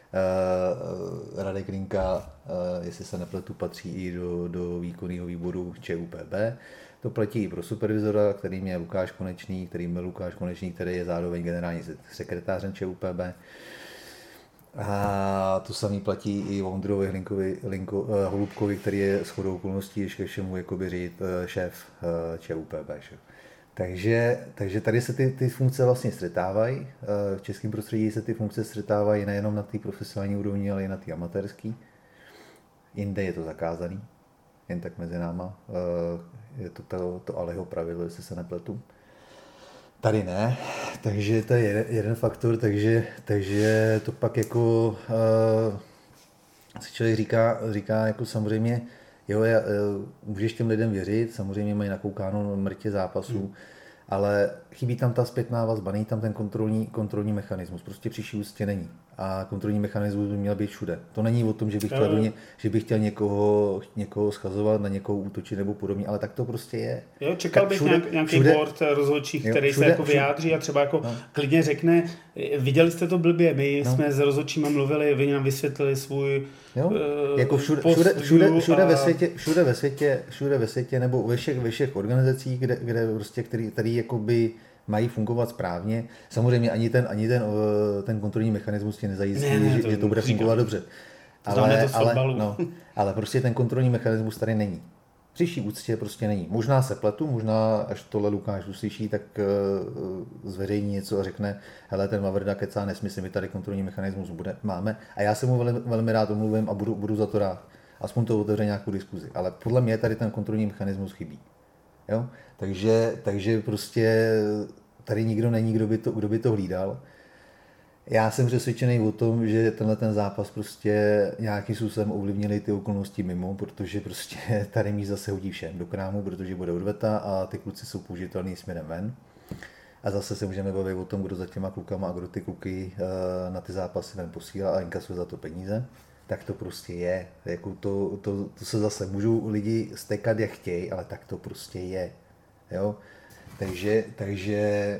Radek Linka, jestli se nepletu, patří i do výkonného výboru ČUPB. To platí i pro supervizora, kterým je Lukáš Konečný, který je zároveň generální sekretářem ČUPB. A to samý platí i Vondrovi Holubkovi, který je shodou okolností ještě všemu šéf ČUPB. Takže tady se ty funkce vlastně střetávají. V českém prostředí se ty funkce střetávají nejenom na té profesionální úrovni, ale i na té amatérské. Jinde je to zakázaný, jen tak mezi náma. Je to Aliho pravidlo, jestli se nepletu. Tady ne, takže to je jeden faktor, takže to pak jako si člověk říká jako samozřejmě, jo, můžeš těm lidem věřit, samozřejmě mají nakoukáno mrtě zápasů, ale chybí tam ta zpětná vazba, není tam ten kontrolní mechanismus, prostě příští ústě není. A kontrolní mechanismus by měl být všude. To není o tom, že bych chtěl někoho schazovat, na někoho útočit nebo podobně, ale tak to prostě je. Jo, čekal bych nějaký board rozhodčích, který se jako vyjádří a třeba jako klidně řekne, viděli jste to blbě, my jsme s rozhodčíma mluvili, vy nám vysvětlili svůj jako všude ve světě nebo ve všech organizacích, kde prostě, který jakoby mají fungovat správně. Samozřejmě ani ten kontrolní mechanismus tě nezajistí, že to bude fungovat dobře. Ale prostě ten kontrolní mechanismus tady není. Při vší úctě prostě není. Možná se pletu, možná až tohle Lukáš uslyší, tak zveřejní něco a řekne, hele, ten Mavrda kecá nesmysl, my tady kontrolní mechanismus máme. A já se mu velmi rád omluvím a budu za to rád. Aspoň to otevře nějakou diskuzi. Ale podle mě tady ten kontrolní mechanismus chybí. Jo? Takže prostě tady nikdo není, kdo by to hlídal. Já jsem přesvědčený o tom, že tenhle ten zápas prostě nějakým způsobem ovlivnili ty okolnosti mimo, protože prostě tady mi zase hodí všem do krámu, protože bude odveta a ty kluci jsou použitelný směrem ven. A zase se můžeme bavit o tom, kdo za těma klukama a kdo ty kluky na ty zápasy ven posílá a inkasuje za to peníze. Tak to prostě je. Jako to se zase můžou lidi stekat jak chtějí, ale tak to prostě je. Jo? Takže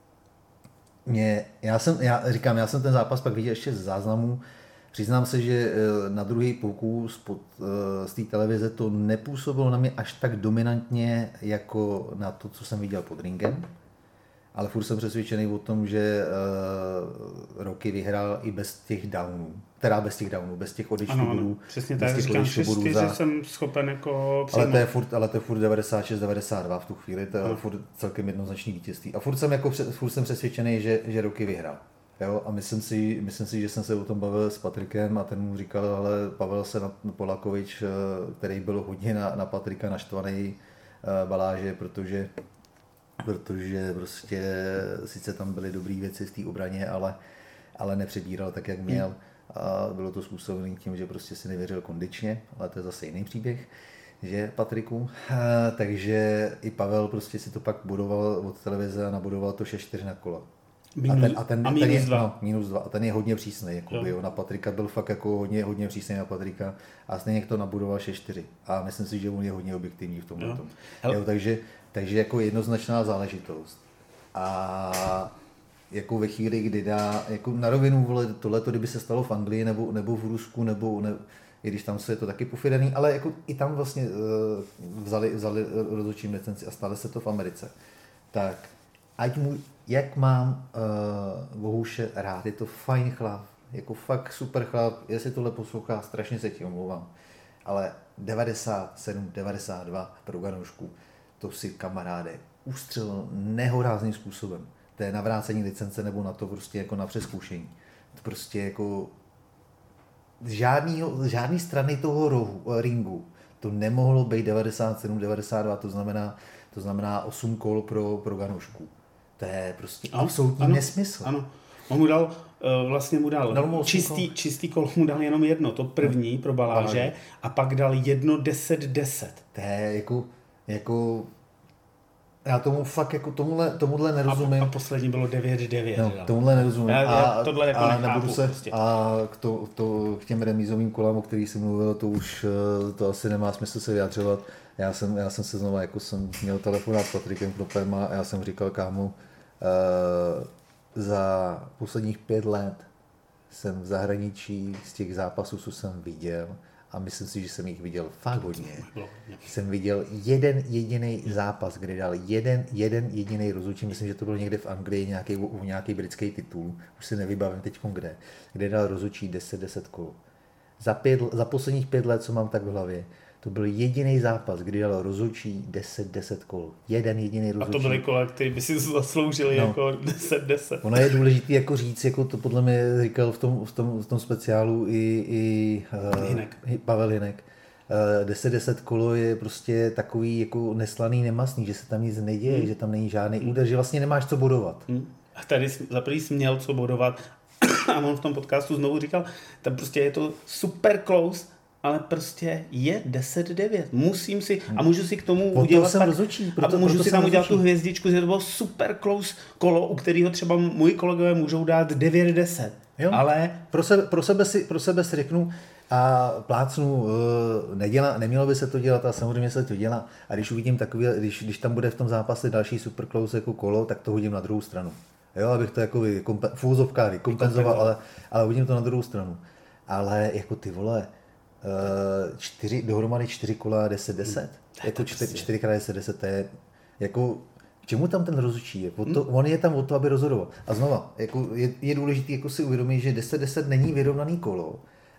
já jsem ten zápas pak viděl ještě z záznamu. Přiznám se, že na druhý pokus z té televize to nepůsobilo na mě až tak dominantně jako na to, co jsem viděl pod ringem. Ale furt jsem přesvědčený o tom, že Rocky vyhrál i bez těch downů. Teda bez těch odečtů bodů. Přesně tak, říkám, 4 jsem schopen jako přijmout. Ale to je furt 96-92 v tu chvíli, to je furt celkem jednoznačný vítězství. A furt jsem přesvědčený, že Rocky vyhrál. Jo? A myslím si, že jsem se o tom bavil s Patrikem a ten mu říkal, ale Pavel Polakovič, který byl hodně na Patrika naštvaný Baláže, protože prostě sice tam byly dobré věci v té obraně, ale nepřebíral tak, jak měl. A bylo to způsobené tím, že prostě si nevěřil kondičně, ale to je zase jiný příběh, že Patriku. Takže i Pavel prostě si to pak budoval od televize a nabudoval to 6-4 na kola. Minus 2. A ten je hodně přísný. Jakoby, na Patrika byl fakt jako hodně přísný na Patrika a stejně to nabudoval 6-4. A myslím si, že on je hodně objektivní v tomhle. Takže jako jednoznačná záležitost. A jako ve chvíli, kdy dá, jako na rovinu, vole, tohleto, kdyby se stalo v Anglii nebo v Rusku, nebo i když tam se je to taky pofidaný, ale jako i tam vlastně vzali rozhodčím licenci a stalo se to v Americe. Tak jak mám Bohuše rád, je to fajn chlap, jako fakt super chlap, jestli tohle poslouchá, strašně se ti omlouvám, ale 97-92 pro Ganoušku, to si kamaráde ustřelil nehorázným způsobem. To je navrácení licence nebo na to prostě jako na přezkoušení. To prostě jako žádný strany toho ringu to nemohlo být 97-92, to znamená 8 kol pro Ganoušku. To je prostě absolutní nesmysl. Ano. On mu dal, čistý kol mu dal jenom jedno, to první pro Baláže a pak dal 1-10-10. To je jako já tomu fakt jako tomuhle nerozumím. A poslední bylo 9-9. No, tomuhle nerozumím. Já tohle jako nechápu. K těm remízovým kolám, o kterých jsem mluvil, to asi nemá smysl se vyjadřovat. Já jsem se znova, jako jsem měl telefonát s Patrikem Knopem a já jsem říkal, kámo, za posledních 5 let jsem v zahraničí z těch zápasů, co jsem viděl, a myslím si, že jsem jich viděl fakt hodně. Jsem viděl jeden jediný zápas, kde dal jeden jediný rozhodčí, myslím, že to bylo někde v Anglii, nějaký britský titul, už si nevybavím teď kde dal rozhodčí 10-10 kol. Za posledních 5 let, co mám tak v hlavě, to byl jediný zápas, kdy dal rozhodčí 10-10 kol. Jeden jediný rozhodčí. A to byly kola, který by si zasloužili jako 10-10. Ono je důležité jako říct, jako to podle mě říkal v tom speciálu i Pavel Hinek. 10-10 kolo je prostě takový jako neslaný, nemastný, že se tam nic neděje, že tam není žádný úder, že vlastně nemáš co bodovat. A tady za první jsi měl co bodovat a on v tom podcastu znovu říkal, tam prostě je to super close, ale prostě je 10-9. Musím si, a můžu si k tomu udělat můžu si tam udělat tu hvězdičku, že to bylo super close kolo, u kterého třeba moji kolegové můžou dát 9-10. Jo? Ale pro sebe si řeknu a plácnu, nemělo by se to dělat a samozřejmě se to dělá. A když uvidím takový, když tam bude v tom zápase další super close jako kolo, tak to hodím na druhou stranu. Jo, abych to jako v úvozovkách vykompenzoval, ale hodím to na druhou stranu. Ale jako ty vole, dohromady 4 kola 10-10. Jako 4x10-10, to je jako, k čemu tam ten rozhodčí je? On je tam o to, aby rozhodoval. A znova, jako je důležité jako si uvědomit, že 10-10 není vyrovnaný kolo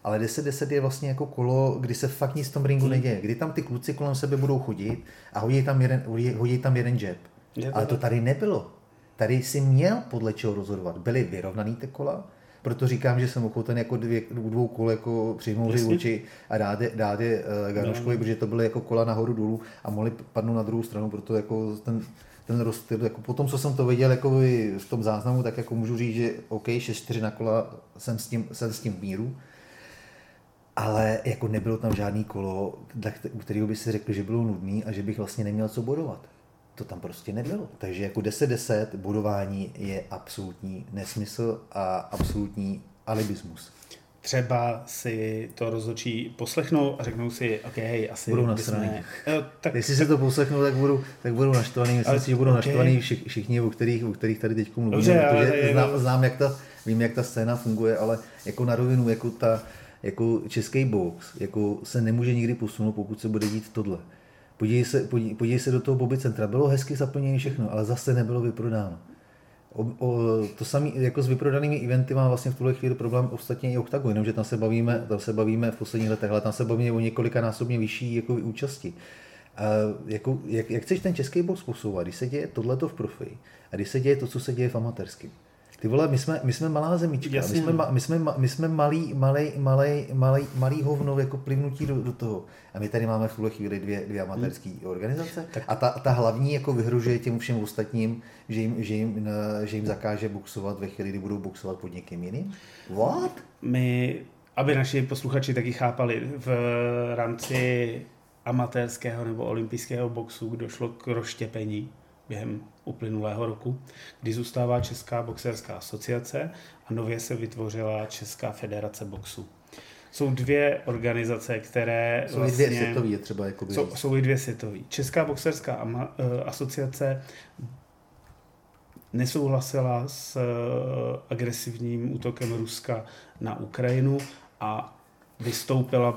ale 10-10 je vlastně jako kolo, kdy se fakt nic v tom ringu neděje, kdy tam ty kluci kolem sebe budou chodit a hodí tam jeden jab. Ale to tady nebylo. Tady si měl podle čeho rozhodovat. Byly vyrovnaný ty kola, proto říkám, že jsem ochoten jako dvou kol jako přijmout oči a dát je Ganuškovi, protože to byly jako kola nahoru dolů a mohli padnout na druhou stranu, proto jako ten rozstyl, jako potom, co jsem to viděl jako v tom záznamu, tak jako můžu říct, že OK, 6-4 na kola jsem s tím v míru, ale jako nebylo tam žádný kolo, u kterého by si řekl, že bylo nudný a že bych vlastně neměl co bodovat. To tam prostě nebylo. Takže jako 10-10 bodování je absolutní nesmysl a absolutní alibismus. Třeba si to rozhodčí poslechnou a řeknou si, OK, asi budou nasraný. Jestli se to poslechnou, tak budu naštvaný. Myslím si, že budou naštvaný všichni, o kterých tady teď mluvíme. Dobře, protože vím, jak ta scéna funguje, ale jako na rovinu, jako český box, jako se nemůže nikdy posunout, pokud se bude dít tohle. Podívej se do toho Bobby centra. Bylo hezky zaplněné všechno, ale zase nebylo vyprodáno. To samé jako s vyprodanými eventy má vlastně v tuhle chvíli problém ostatně i Octagon, jenomže tam se bavíme v posledních letech, ale tam se bavíme o několikanásobně vyšší jako účasti. Jak chceš ten český box posouvat, když se děje tohleto v profi a když se děje to, co se děje v amatérském? Ty vole, my jsme malá zemička, my jsme malý hovno jako plivnutí do toho. A my tady máme v tuhle chvíli dvě amatérské organizace a ta hlavní jako vyhrožuje těm všem ostatním, že jim zakáže boxovat ve chvíli, kdy budou boxovat pod někým jiným. What? Aby naši posluchači taky chápali, v rámci amatérského nebo olympijského boxu došlo k rozštěpení během uplynulého roku, kdy zůstává Česká boxerská asociace a nově se vytvořila Česká federace boxu. Jsou dvě organizace, které jsou vlastně... Dvě světový je třeba jako jsou i dvě světový. Česká boxerská asociace nesouhlasila s agresivním útokem Ruska na Ukrajinu a vystoupila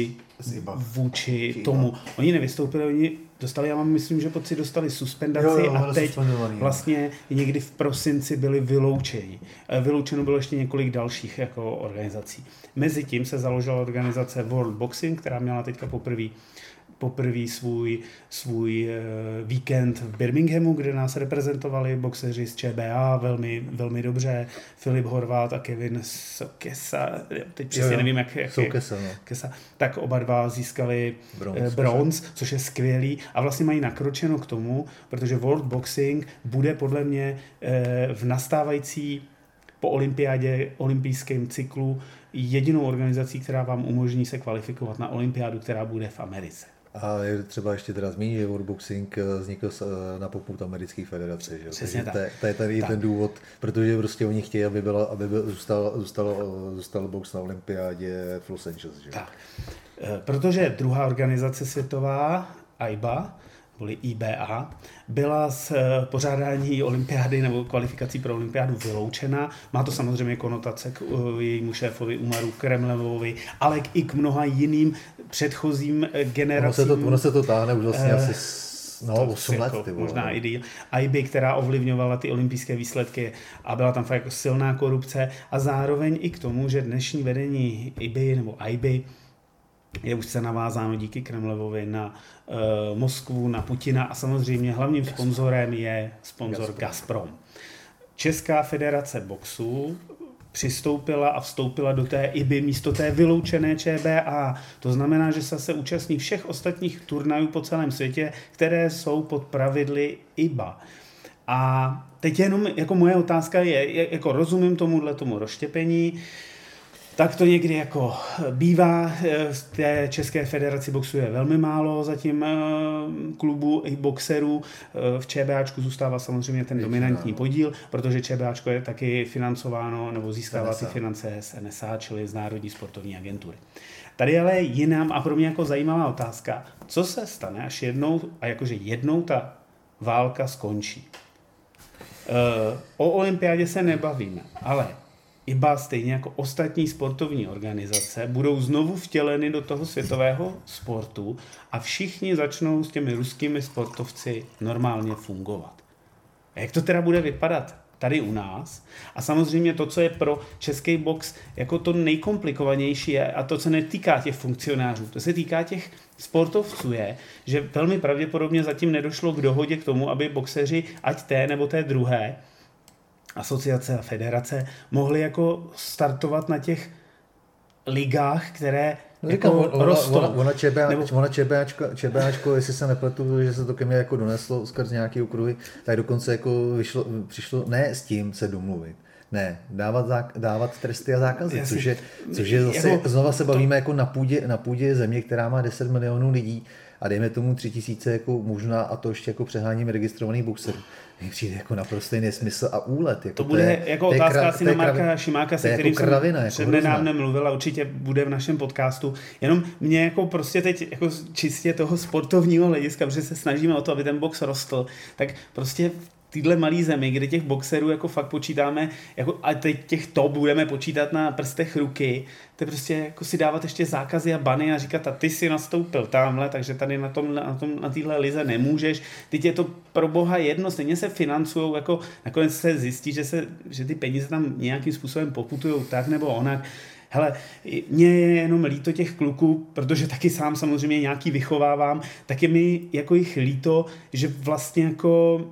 vůči tomu. Oni nevystoupili, oni dostali, já myslím, že pocit dostali suspendaci a teď vlastně někdy v prosinci byli vyloučeni. Vyloučeno bylo ještě několik dalších jako organizací. Mezitím se založila organizace World Boxing, která měla teďka poprvé svůj víkend v Birminghamu, kde nás reprezentovali boxeři z ČBA velmi, velmi dobře. Filip Horvát a Kevin Sokesa, teď přesně nevím, jak Kesa, tak oba dva získali bronz, což je skvělý a vlastně mají nakročeno k tomu, protože World Boxing bude podle mě v nastávající po olympiádě, olympijském cyklu jedinou organizací, která vám umožní se kvalifikovat na olympiádu, která bude v Americe. A je třeba ještě teda zmínit, že World Boxing vznikl na popud americké federace. Že? Přesně tak. To je tady ten důvod, protože prostě oni chtějí, aby zůstal box na olympiádě v Los Angeles. Že? Tak. Protože druhá organizace světová, AIBA, neboli IBA, byla z pořádání olympiády nebo kvalifikací pro olympiádu vyloučena. Má to samozřejmě konotace k jejímu šéfovi Umaru Kremlevovi, ale i k mnoha jiným předchozím generacím. Ono se to táhne už vlastně asi 8 let. Možná i díl. IBA, která ovlivňovala ty olympijské výsledky a byla tam fakt jako silná korupce a zároveň i k tomu, že dnešní vedení IBA nebo IBA je už se navázáno díky Kremlevovi na Moskvu, na Putina a samozřejmě hlavním sponzorem je sponzor Gazprom. Česká federace boxu přistoupila a vstoupila do té IBA místo té vyloučené ČBA. To znamená, že se účastní všech ostatních turnajů po celém světě, které jsou pod pravidly IBA. A teď jenom jako moje otázka je, jako rozumím tomu rozštěpení, tak to někdy jako bývá. V té České federaci boxu je velmi málo zatím klubů i boxerů. V ČBAčku zůstává samozřejmě ten dominantní podíl, protože ČBAčko je taky financováno nebo získává ty finance z NSA, čili z Národní sportovní agentury. Tady ale je jiná a pro mě jako zajímavá otázka, co se stane, až jednou ta válka skončí. O olympiádě se nebavíme, ale IBA stejně jako ostatní sportovní organizace budou znovu vtěleny do toho světového sportu a všichni začnou s těmi ruskými sportovci normálně fungovat. A jak to teda bude vypadat? tady u nás. A samozřejmě to, co je pro český box jako to nejkomplikovanější je, a to se netýká těch funkcionářů, to se týká těch sportovců je, že velmi pravděpodobně zatím nedošlo k dohodě k tomu, aby boxeři, ať té nebo té druhé, asociace a federace, mohli jako startovat na těch ligách, které rostou. Ona ČBAčko, jestli se nepletu, že se to ke mně jako doneslo skrz nějaké okruhy, tak dokonce jako přišlo ne s tím se domluvit. Ne, dávat tresty a zákazy, což je zase, jako, znova se bavíme jako na půdě země, která má 10 milionů lidí a dejme tomu 3000 jako možná, a to ještě jako přeháníme registrovaných boxerů. Přijde jako naprostý nesmysl a úlet. Jako to bude jako otázka asi na Marka Šimáka, se kterým jsem přednedávnem mluvil a určitě bude v našem podcastu. Jenom mě jako prostě teď jako čistě toho sportovního hlediska, protože se snažíme o to, aby ten box rostl, tak prostě tyhle malý zemi, kde těch boxerů jako fakt počítáme, jako, a teď těch top budeme počítat na prstech ruky, to je prostě jako si dávat ještě zákazy a bany a říkat, a ty si nastoupil tamhle, takže tady na téhle lize nemůžeš, teď je to pro boha jedno, stejně se financujou, jako nakonec se zjistí, že ty peníze tam nějakým způsobem poputujou tak nebo onak. Hele, mně je jenom líto těch kluků, protože taky sám samozřejmě nějaký vychovávám, tak je mi jako jich líto, že vlastně jako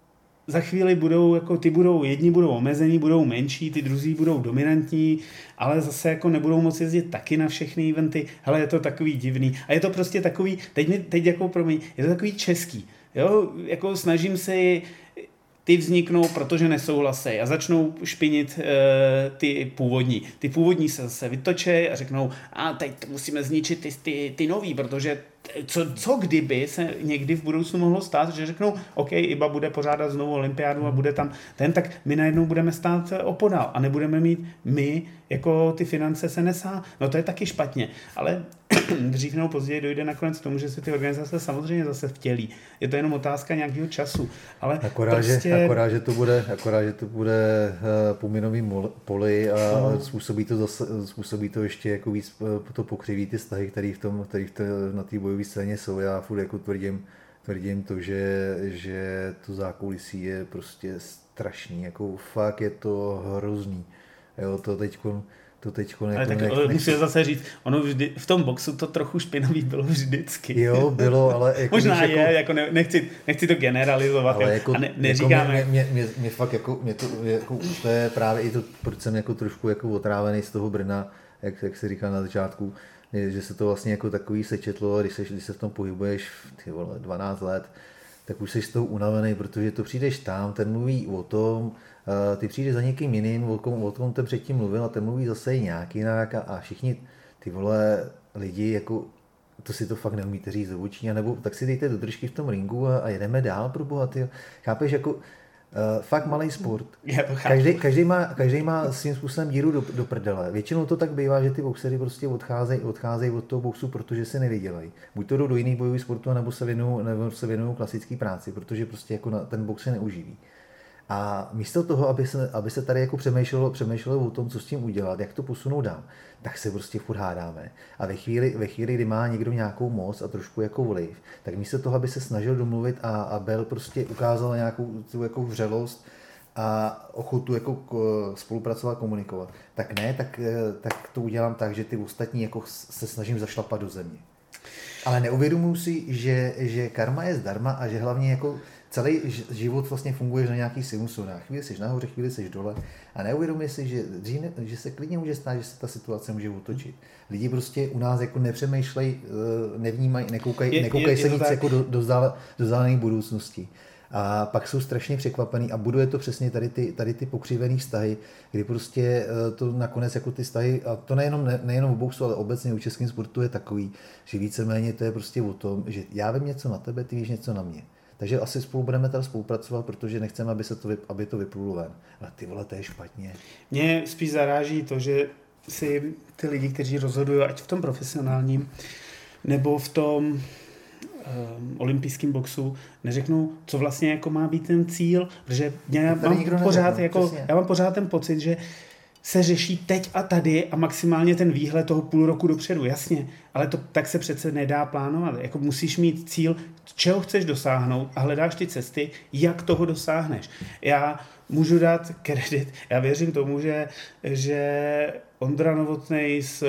za chvíli budou, jako jedni budou omezení, budou menší, ty druzí budou dominantní, ale zase jako nebudou moci jezdit taky na všechny eventy. Hele, je to takový divný. A je to prostě takový, teď jako promiň, je to takový český. Jo, jako snažím se ty vzniknou, protože nesouhlasí a začnou špinit ty původní. Ty původní se zase vytočí a řeknou, a teď musíme zničit ty nový, protože co kdyby se někdy v budoucnu mohlo stát, že řeknou, OK, IBA bude pořádat znovu olympiádu a bude tam tak my najednou budeme stát opodál a nebudeme mít my, jako ty finance se nesá. No to je taky špatně, ale dřív nebo později dojde nakonec k tomu, že se ty organizace samozřejmě zase vtělí. Je to jenom otázka nějakého času. Ale akorát, že to bude po minovým poli a způsobí to ještě jako víc to pokřiví ty vztahy, které na té bojové scéně jsou. Já furt jako tvrdím to, že to zákulisí je prostě strašný. Jako fakt je to hrozný. Jo, to teďko ale tak musím zase říct, ono vždy, v tom boxu to trochu špinavý bylo vždycky. Jo, bylo, ale jako možná je, jako nechci to generalizovat, ale jako, a neříkáme. Mě fakt jako to je právě i to, proč jsem jako trošku jako otrávený z toho Brna, jak se říká na začátku, že se to vlastně jako takový sečetlo, když se v tom pohybuješ 12 let, tak už jsi z toho unavený, protože to přijdeš tam, ten mluví o tom, ty přijdeš za někým jiným, o kom ten předtím mluvil a ten mluví zase nějak jinak a všichni ty vole lidi, jako to si to fakt neumíte říct do očí, nebo tak si dejte do držky v tom ringu a jedeme dál pro boha, ty. Chápeš, jako fakt malý sport. Každý má svým způsobem díru do prdele. Většinou to tak bývá, že ty boxery prostě odcházejí od toho boxu, protože se nevydělají. Buď to jdou do jiných bojových sportů, nebo se věnují klasické práci, protože prostě jako ten box se neuživí. A místo toho, aby se tady jako přemýšlelo o tom, co s tím udělat, jak to posunout dál, tak se prostě furt hádáme. A ve chvíli, kdy má někdo nějakou moc a trošku jako vliv, tak místo toho, aby se snažil domluvit a Bell prostě ukázal nějakou tu jako vřelost a ochotu jako spolupracovat, komunikovat, tak ne, tak to udělám tak, že ty ostatní jako se snažím zašlapat do země. Ale neuvědomuji si, že karma je zdarma a že hlavně jako celý život vlastně funguje na nějaký sinusodách. Chvíli jsi nahoře, chvíli jsi dole a neuvědomuje si, že se klidně může stát, že se ta situace může otočit. Lidi prostě u nás jako nepřemýšlejí, nevnímají, nekoukají se nic jako do vzdálené budoucnosti. A pak jsou strašně překvapený a buduje to přesně tady ty pokřivený vztahy, kdy prostě to nakonec jako ty vztahy, a to nejenom v boxu, ale obecně u českém sportu je takový, že víceméně to je prostě o tom, že já vím něco na tebe, ty víš něco na mě. Takže asi spolu budeme tady spolupracovat, protože nechceme, aby to vyplulo ven. Ale ty vole, to je špatně. Mě spíš zaráží to, že si ty lidi, kteří rozhodují, ať v tom profesionálním, nebo v tom olympijském boxu, neřeknou, co vlastně jako má být ten cíl, protože já mám pořád ten pocit, že se řeší teď a tady a maximálně ten výhled toho půl roku dopředu, jasně, ale to tak se přece nedá plánovat. Jako musíš mít cíl, čeho chceš dosáhnout a hledáš ty cesty, jak toho dosáhneš. Já můžu dát kredit, já věřím tomu, že Ondra Novotnej s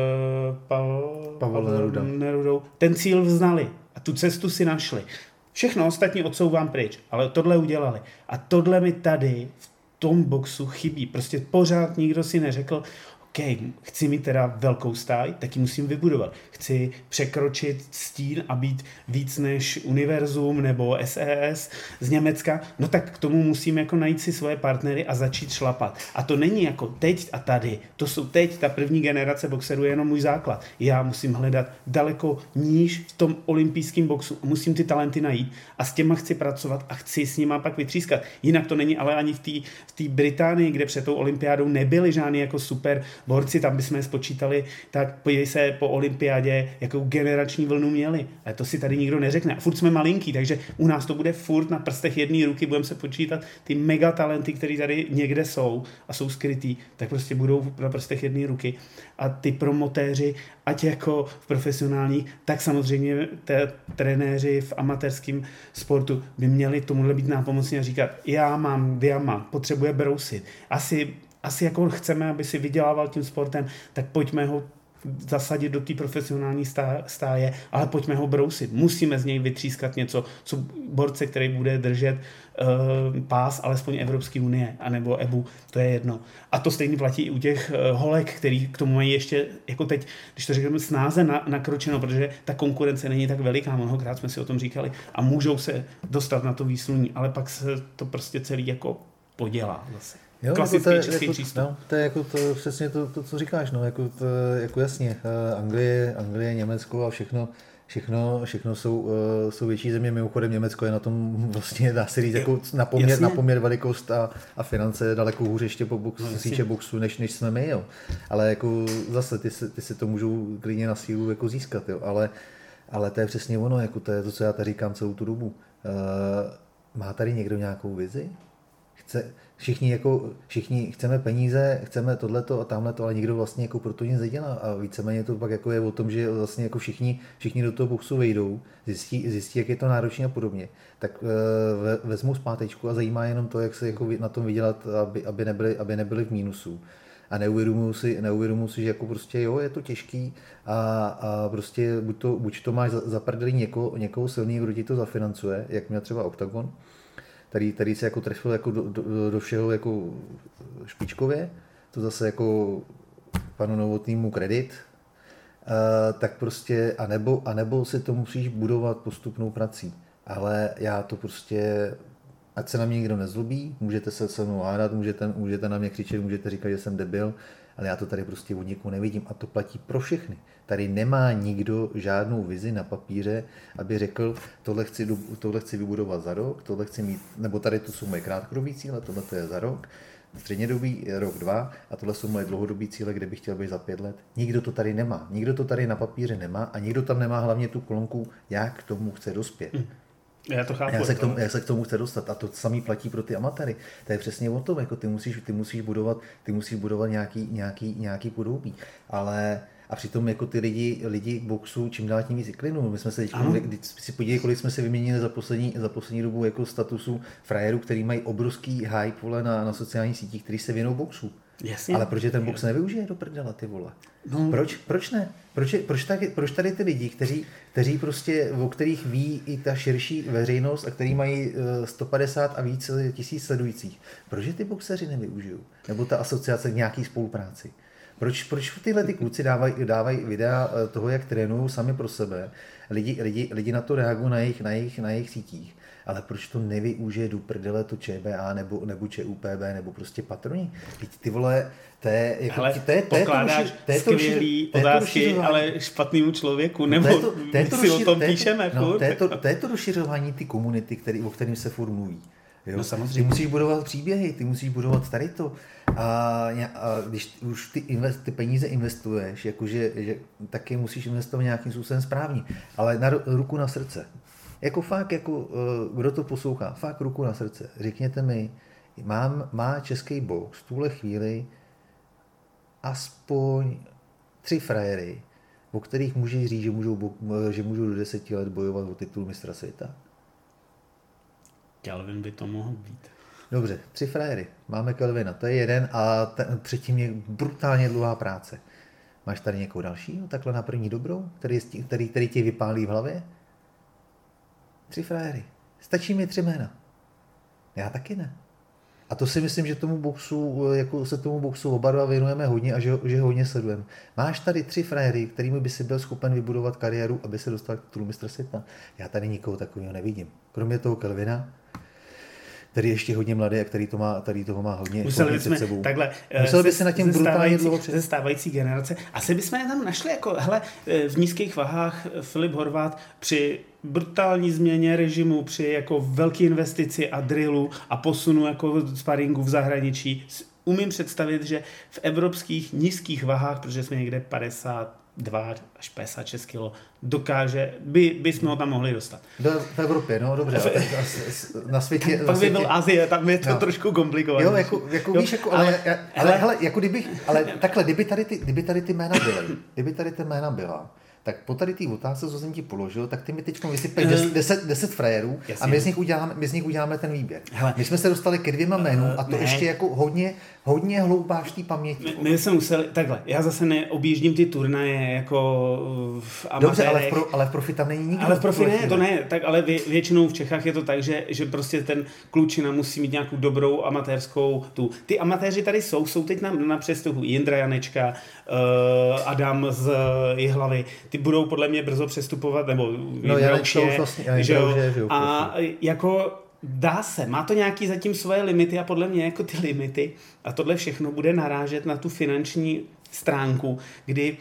Pavlem Nerudou ten cíl vznali a tu cestu si našli. Všechno ostatní odsouvám pryč, ale tohle udělali. A tohle mi tady v tom boxu chybí. Prostě pořád nikdo si neřekl, OK, chci mít teda velkou stáj, tak ji musím vybudovat. Chci překročit stín a být víc než Univerzum nebo SES z Německa, no tak k tomu musím jako najít si svoje partnery a začít šlapat. A to není jako teď a tady. To jsou teď, ta první generace boxerů je jenom můj základ. Já musím hledat daleko níž v tom olympijském boxu. Musím ty talenty najít a s těma chci pracovat a chci s nima pak vytřískat. Jinak to není ale ani v té Británii, kde před tou olympiádou nebyli žádný jako super borci, tam bychom je spočítali, tak podívej se po olympiádě, jakou generační vlnu měli. Ale to si tady nikdo neřekne. A furt jsme malinký, takže u nás to bude furt na prstech jedné ruky, budeme se počítat ty megatalenty, které tady někde jsou a jsou skrytý, tak prostě budou na prstech jedné ruky. A ty promotéři, ať jako v profesionálních, tak samozřejmě trenéři v amatérském sportu by měli tomuhle být nápomocní a říkat, já mám diamant, potřebuje brousit. Asi jako chceme, aby si vydělával tím sportem, tak pojďme ho zasadit do té profesionální stáje, ale pojďme ho brousit. Musíme z něj vytřískat něco, co borce, který bude držet pás alespoň Evropské unie, anebo EBU, to je jedno. A to stejně platí i u těch holek, který k tomu mají ještě, jako teď, když to řekneme, snáze nakročeno, protože ta konkurence není tak veliká, mnohokrát jsme si o tom říkali, a můžou se dostat na to výsluní, ale pak se to prostě celý jako podělá zase. Jo, klasický jako český přístup. No, to je jako to, přesně to, co říkáš, no, jako jasně, Anglie, Německo a všechno jsou větší země, mimochodem Německo je na tom vlastně, dá se říct, jako na poměr velikost a finance daleko hůř ještě po boxu, než jsme my, jo. Ale jako zase ty si to můžou klidně na sílu jako získat, jo, ale to je přesně ono, jako to je to, co já tady říkám celou tu dobu. Má tady někdo nějakou vizi? Všichni chceme peníze, chceme tohleto a tamhleto, ale nikdo vlastně jako pro to nic nedělá a víceméně to pak jako je o tom, že vlastně jako všichni do toho boxu vejdou, zjistí, jak je to náročné a podobně, tak vezmou zpátečku a zajímá jenom to, jak se jako na tom vydělat, aby nebyli v mínusu. A neuvědomuji si, že jako prostě jo, je to těžký a prostě buď to máš zaprdeli někoho silného, kdo ti to zafinancuje, jak měl třeba Octagon, který se jako trefil jako do všeho jako špičkově, to zase jako panu Novotnému kredit, tak prostě, anebo si to musíš budovat postupnou prací. Ale já to prostě, ať se na mě nikdo nezlobí, můžete se mnou hádat, můžete na mě křičet, můžete říkat, že jsem debil, ale já to tady prostě od někoho nevidím a to platí pro všechny. Tady nemá nikdo žádnou vizi na papíře, aby řekl, tohle chci vybudovat za rok, tohle chci mít, nebo tady to jsou moje krátkodobý cíle, tohle to je za rok, střednědobý rok 2 a tohle jsou moje dlouhodobý cíle, kde bych chtěl být za 5 let. Nikdo to tady nemá. Nikdo to tady na papíře nemá a nikdo tam nemá hlavně tu kolonku, jak k tomu chce dospět. Já to chápu. Já se k tomu chce dostat a to samý platí pro ty amatéry. To je přesně o tom, jako ty musíš budovat nějaký podobí. Ale a přitom jako ty lidi boxu čím dál tím víc iklinou. My jsme se teď, když si podívali, kolik jsme si vyměnili za poslední dobu jako statusu frajerů, který mají obrovský hype na sociálních sítích, který se věnou boxu. Jasně. Ale proč je ten box nevyužije do prdela, ty vole? No. Proč ne? Proč tady ty lidi, kteří prostě, o kterých ví i ta širší veřejnost a který mají 150 a víc tisíc sledujících, proč je ty boxeři nevyužijou? Nebo ta asociace k nějaký spolupráci? Proč tyhle ty kluci dávají videa toho, jak trénují sami pro sebe? Lidi na to reagují na jejich sítích. Ale proč to nevyužije do prdele to ČBA nebo ČUPB nebo prostě patroni? Ty vole, to je jako... Ale pokládáš skvělý otázky, ale špatnému člověku, nebo si o tom píšeme furt. To je to rozšiřování ty komunity, o kterým se furt mluví. Jo? No samozřejmě. Ty musíš budovat příběhy, ty musíš budovat tady to. A když už ty peníze investuješ, jakože, tak je musíš investovat nějakým způsobem správně. Ale na ruku na srdce. Jako fakt, jako, kdo to poslouchá, fakt ruku na srdce. Řekněte mi, má český box v tuhle chvíli aspoň 3 frajery, o kterých můžeš říct, že můžou do 10 let bojovat o titul mistra světa? Kelvin by to mohl být. Dobře, 3 frajery. Máme Kelvina, to je jeden a předtím je brutálně dlouhá práce. Máš tady někoho dalšího, takhle na první dobrou, který ti vypálí v hlavě? 3 frajery. Stačí mi 3 jména. Já taky ne. A to si myslím, že tomu boxu oba dva věnujeme hodně a že ho hodně sledujeme. Máš tady 3 frajery, kterými by si byl schopen vybudovat kariéru, aby se dostal k titulu mistra světa. Já tady nikoho takového nevidím. Kromě toho Kelvina, který je ještě hodně mladý a který toho má hodně před sebou. Museli by se na těm brutálně dlouho ze stávající generace. Asi bychom je tam našli jako, v nízkých vahách Filip Horváth při brutální změně režimu, při jako velké investici a drillu a posunu jako sparingu v zahraničí. Umím představit, že v evropských nízkých vahách, protože jsme někde 52 až 56 kg, bychom ho tam mohli dostat. V Evropě, no dobře. Na světě... Pak by byl Asie, tam je to trošku komplikované. Jo, jako víš, jako, ale jako kdyby tady ty jména byla, tak po tady té otázce, co jsem ti položil, tak ty mi teď vysypeš 10 frajerů a my z nich uděláme ten výběr. My jsme se dostali ke 2 jménům a to ještě jako hodně hloubáš té paměti. My jsme museli, takhle, já zase neobjíždím ty turnaje jako v amatérech. Dobře, ale v profi tam není nikdo. Ale v profi ne, to ne, tak ale většinou v Čechách je to tak, že prostě ten klučina musí mít nějakou dobrou amatérskou tu. Ty amatéři tady jsou teď na přestupu. Jindra Janečka, Adam z Jihlavy, ty budou podle mě brzo přestupovat, nebo a jako dá se, má to nějaký zatím svoje limity a podle mě jako ty limity a tohle všechno bude narážet na tu finanční stránku, kdy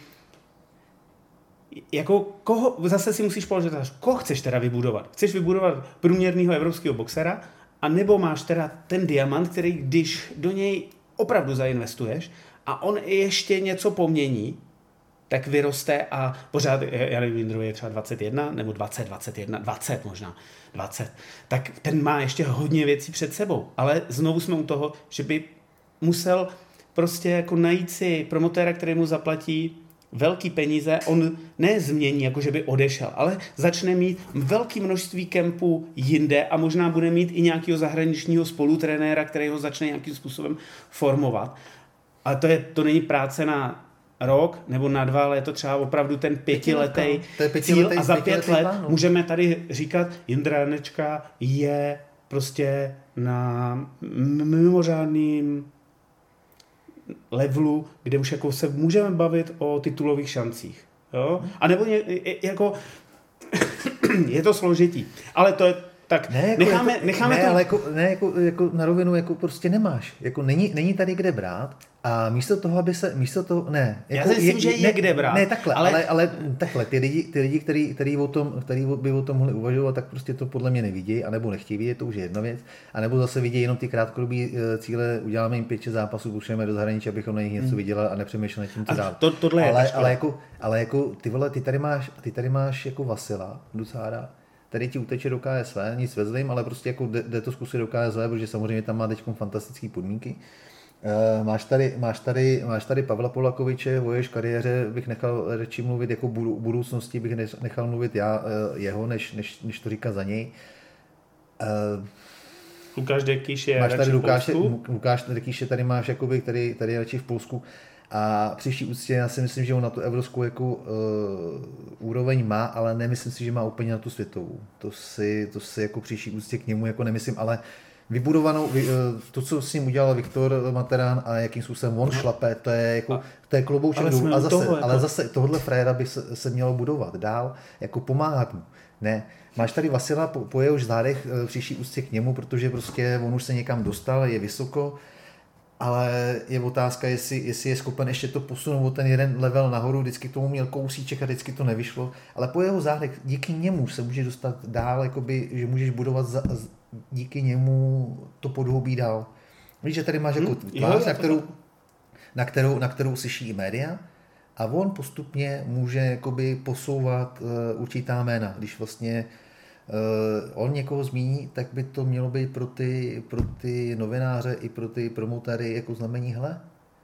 jako zase si musíš položit, koho chceš teda vybudovat? Chceš vybudovat průměrného evropského boxera, a nebo máš teda ten diamant, který když do něj opravdu zainvestuješ a on ještě něco pomění, tak vyroste a pořád, já nevím, Jindrovi je třeba 21, nebo 20 možná, 20, tak ten má ještě hodně věcí před sebou, ale znovu jsme u toho, že by musel prostě jako najít si promotéra, který mu zaplatí velký peníze, on nezmění, jako že by odešel, ale začne mít velké množství kempů jinde a možná bude mít i nějakého zahraničního spolutrenéra, který ho začne nějakým způsobem formovat. Ale to není práce na rok nebo na 2, ale je to třeba opravdu ten 5letý cíl a za 5 let můžeme tady říkat, Jindra Janečka je prostě na mimořádným levelu, kde už jako se můžeme bavit o titulových šancích. Jo? A nebo jako je to složitý. Ale to je tak necháme to... Ale jako na rovinu jako prostě nemáš. Jako není tady kde brát a místo toho, aby se... Já si myslím, že je kde brát. Ne, takhle, ale takhle. Ty lidi, který by o tom mohli uvažovat, tak prostě to podle mě nevidějí, anebo nechtějí vidět, to už je jedna věc. A nebo zase vidějí jenom ty krátkodobé cíle, uděláme jim 5-6 zápasů, pošleme do zahraničí, abychom na nich něco viděli a nepřemýšleli nad tím, co dál. Ale jako ty vole, ty tady máš jako Vasila, Ducára, tady ti uteče do KSV, nic ve zlým, ale prostě jako jde to zkusit do KSV, protože samozřejmě tam má teď fantastické podmínky. Máš tady Pavla Polakoviče, o jehož kariéře bych nechal radši mluvit jako budoucnosti, bych nechal mluvit jeho, než to říkat za něj. Lukáš Dekýš je radši v Polsku. Lukáš Dekýš tady máš, jakoby, který je radši v Polsku. A při vší úctě já si myslím, že on na tu evropskou jako, úroveň má, ale nemyslím si, že má úplně na tu světovou. To si jako při vší úctě k němu jako nemyslím, ale vybudovanou, to, co s ním udělal Viktor Materán a jakým způsobem on šlape, to je klobouček dolů. Ale zase tohle frajera by se mělo budovat dál, jako pomáhat mu. Ne, máš tady Vasila po jehož zádech při vší úctě k němu, protože prostě on už se někam dostal, je vysoko, ale je otázka, jestli je schopen ještě to posunout o ten jeden level nahoru, vždycky tomu měl kousíček a vždycky to nevyšlo, ale po jeho zádech díky němu se může dostat dál, jakoby, že můžeš budovat díky němu to podhoubí dál. Víš, že tady máš jako tvář, na kterou slyší i média a on postupně může jakoby posouvat určitá jména, když vlastně on někoho zmíní, tak by to mělo být pro ty novináře i pro ty promotéry jako znamení, hele,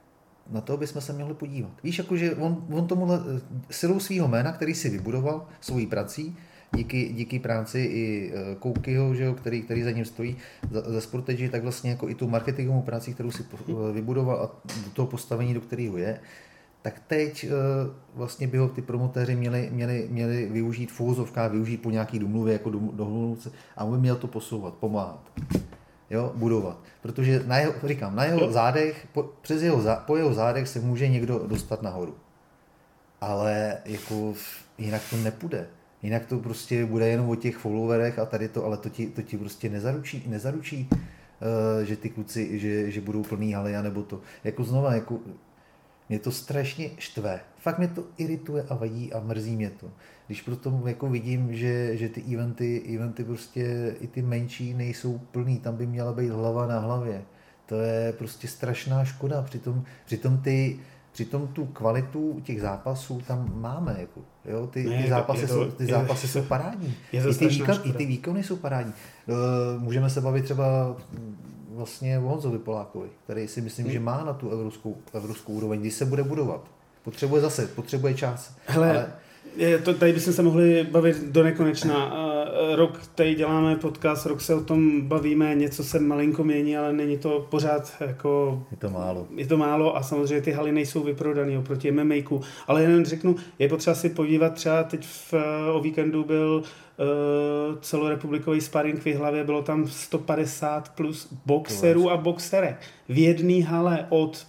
na to bychom se měli podívat. Víš, jakože on tomuhle silou svého jména, který si vybudoval svojí prací, díky práci i Koukyho, že jo, který za ním stojí za Sportage, tak vlastně jako i tu marketingovou práci, kterou si vybudoval a do toho postavení, do kterého je, tak teď vlastně by ho ty promotéři měli využít v uvozovkách, využít po nějaký domluvě jako domluvce a on by měl to posouvat, pomáhat. Jo, budovat. Protože na jeho zádech, po jeho zádech se může někdo dostat nahoru. Ale jako jinak to nepůjde. Jinak to prostě bude jenom o těch followerech a tady to, ale to ti prostě nezaručí, že ty kluci, že budou plný haly, anebo to. Jako znova, jako mě to strašně štve. Fakt mě to irituje a vadí a mrzí mě to. Když proto jako vidím, že ty eventy prostě i ty menší nejsou plný, tam by měla být hlava na hlavě. To je prostě strašná škoda. Přitom tu kvalitu těch zápasů tam máme. Jako, jo? Ty zápasy jsou parádní. I ty výkony jsou parádní. Můžeme se bavit třeba vlastně o Honzovi Polákovi, který si myslím, že má na tu evropskou úroveň, když se bude budovat. Potřebuje čas. Hele, tady bychom se mohli bavit do nekonečna. Rok tady děláme podcast, rok se o tom bavíme, něco se malinko mění, ale není to pořád jako... Je to málo a samozřejmě ty haly nejsou vyprodaný oproti MMA-ku, ale jen řeknu, je potřeba si podívat, třeba teď o víkendu byl celorepublikový sparring v Jihlavě, bylo tam 150 plus boxerů a boxerek v jedné hale od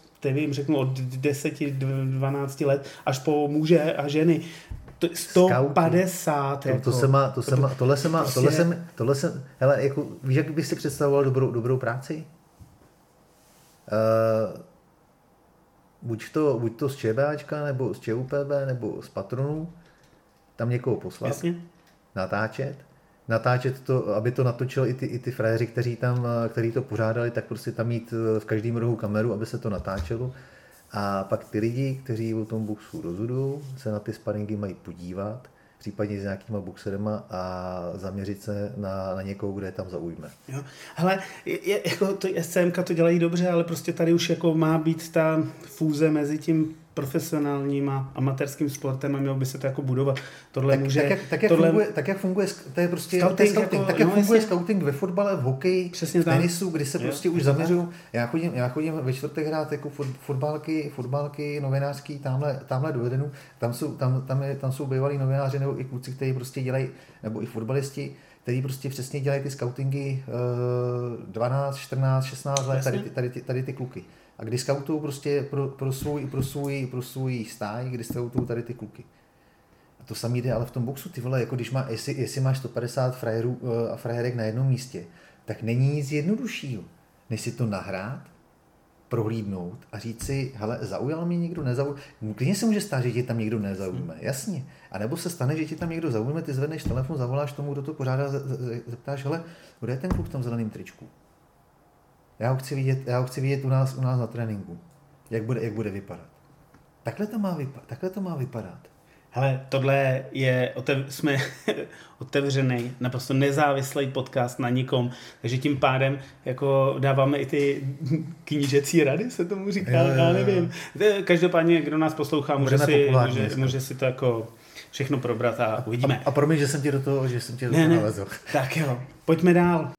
10-12 let až po muže a ženy. 150. Hele, jako, víš, jak bys si představoval dobrou práci? Buď to z ČBAčka, nebo z ČUPB, nebo z Patronů, tam někoho poslat, jasně. Natáčet to, aby to natočil i ty frajeři, kteří to pořádali, tak prostě tam mít v každém rohu kameru, aby se to natáčelo. A pak ty lidi, kteří o tom boxu rozhodují, se na ty sparingy mají podívat, případně s nějakýma boxerema a zaměřit se na někoho, kdo je tam zaujme. Jo. Hele, jako to SCMka to dělají dobře, ale prostě tady už jako má být ta fúze mezi tím profesionálním a amatérským sportem a mělo by se to jako budovat. Tohle může... Tak jak funguje, to je prostě scouting. Tak jak funguje scouting ve fotbale, v hokeji, v tenisu, kdy se prostě už zaměřují. Já chodím ve čtvrtek hrát jako fotbalky novinářský, tamhle do Edenu, tam jsou bývalí novináři nebo i kluci, kteří prostě dělají, nebo i fotbalisti, kteří prostě přesně dělají ty scoutingy 12, 14, 16 let, tady ty kluky. A kdy scoutují prostě pro svůj stáj, kdy scoutují tady ty kluky. A to samý jde ale v tom boxu, ty vole, jako když jestli máš 150 frajerů a frajerek na jednom místě, tak není nic jednoduššího, než si to nahrát, prohlídnout a říct si, hele, zaujal mě někdo, nezaujal. Klidně se může stát, že tě tam někdo nezaujme, jasně. A nebo se stane, že tě tam někdo zaujme, ty zvedneš telefon, zavoláš tomu, kdo to pořádá, zeptáš, hele, kdo je ten kluk v tom zeleném tričku? Já ho chci vidět u nás na tréninku. Jak bude vypadat. Takhle to má vypadat. Hele, tohle je, jsme otevřený, naprosto nezávislý podcast na nikom, takže tím pádem jako dáváme i ty knížecí rady, se tomu říká, já nevím. Každopádně, kdo nás poslouchá, může si to jako všechno probrat a uvidíme. A promiň, že jsem tě do toho nalezl. Tak jo, pojďme dál.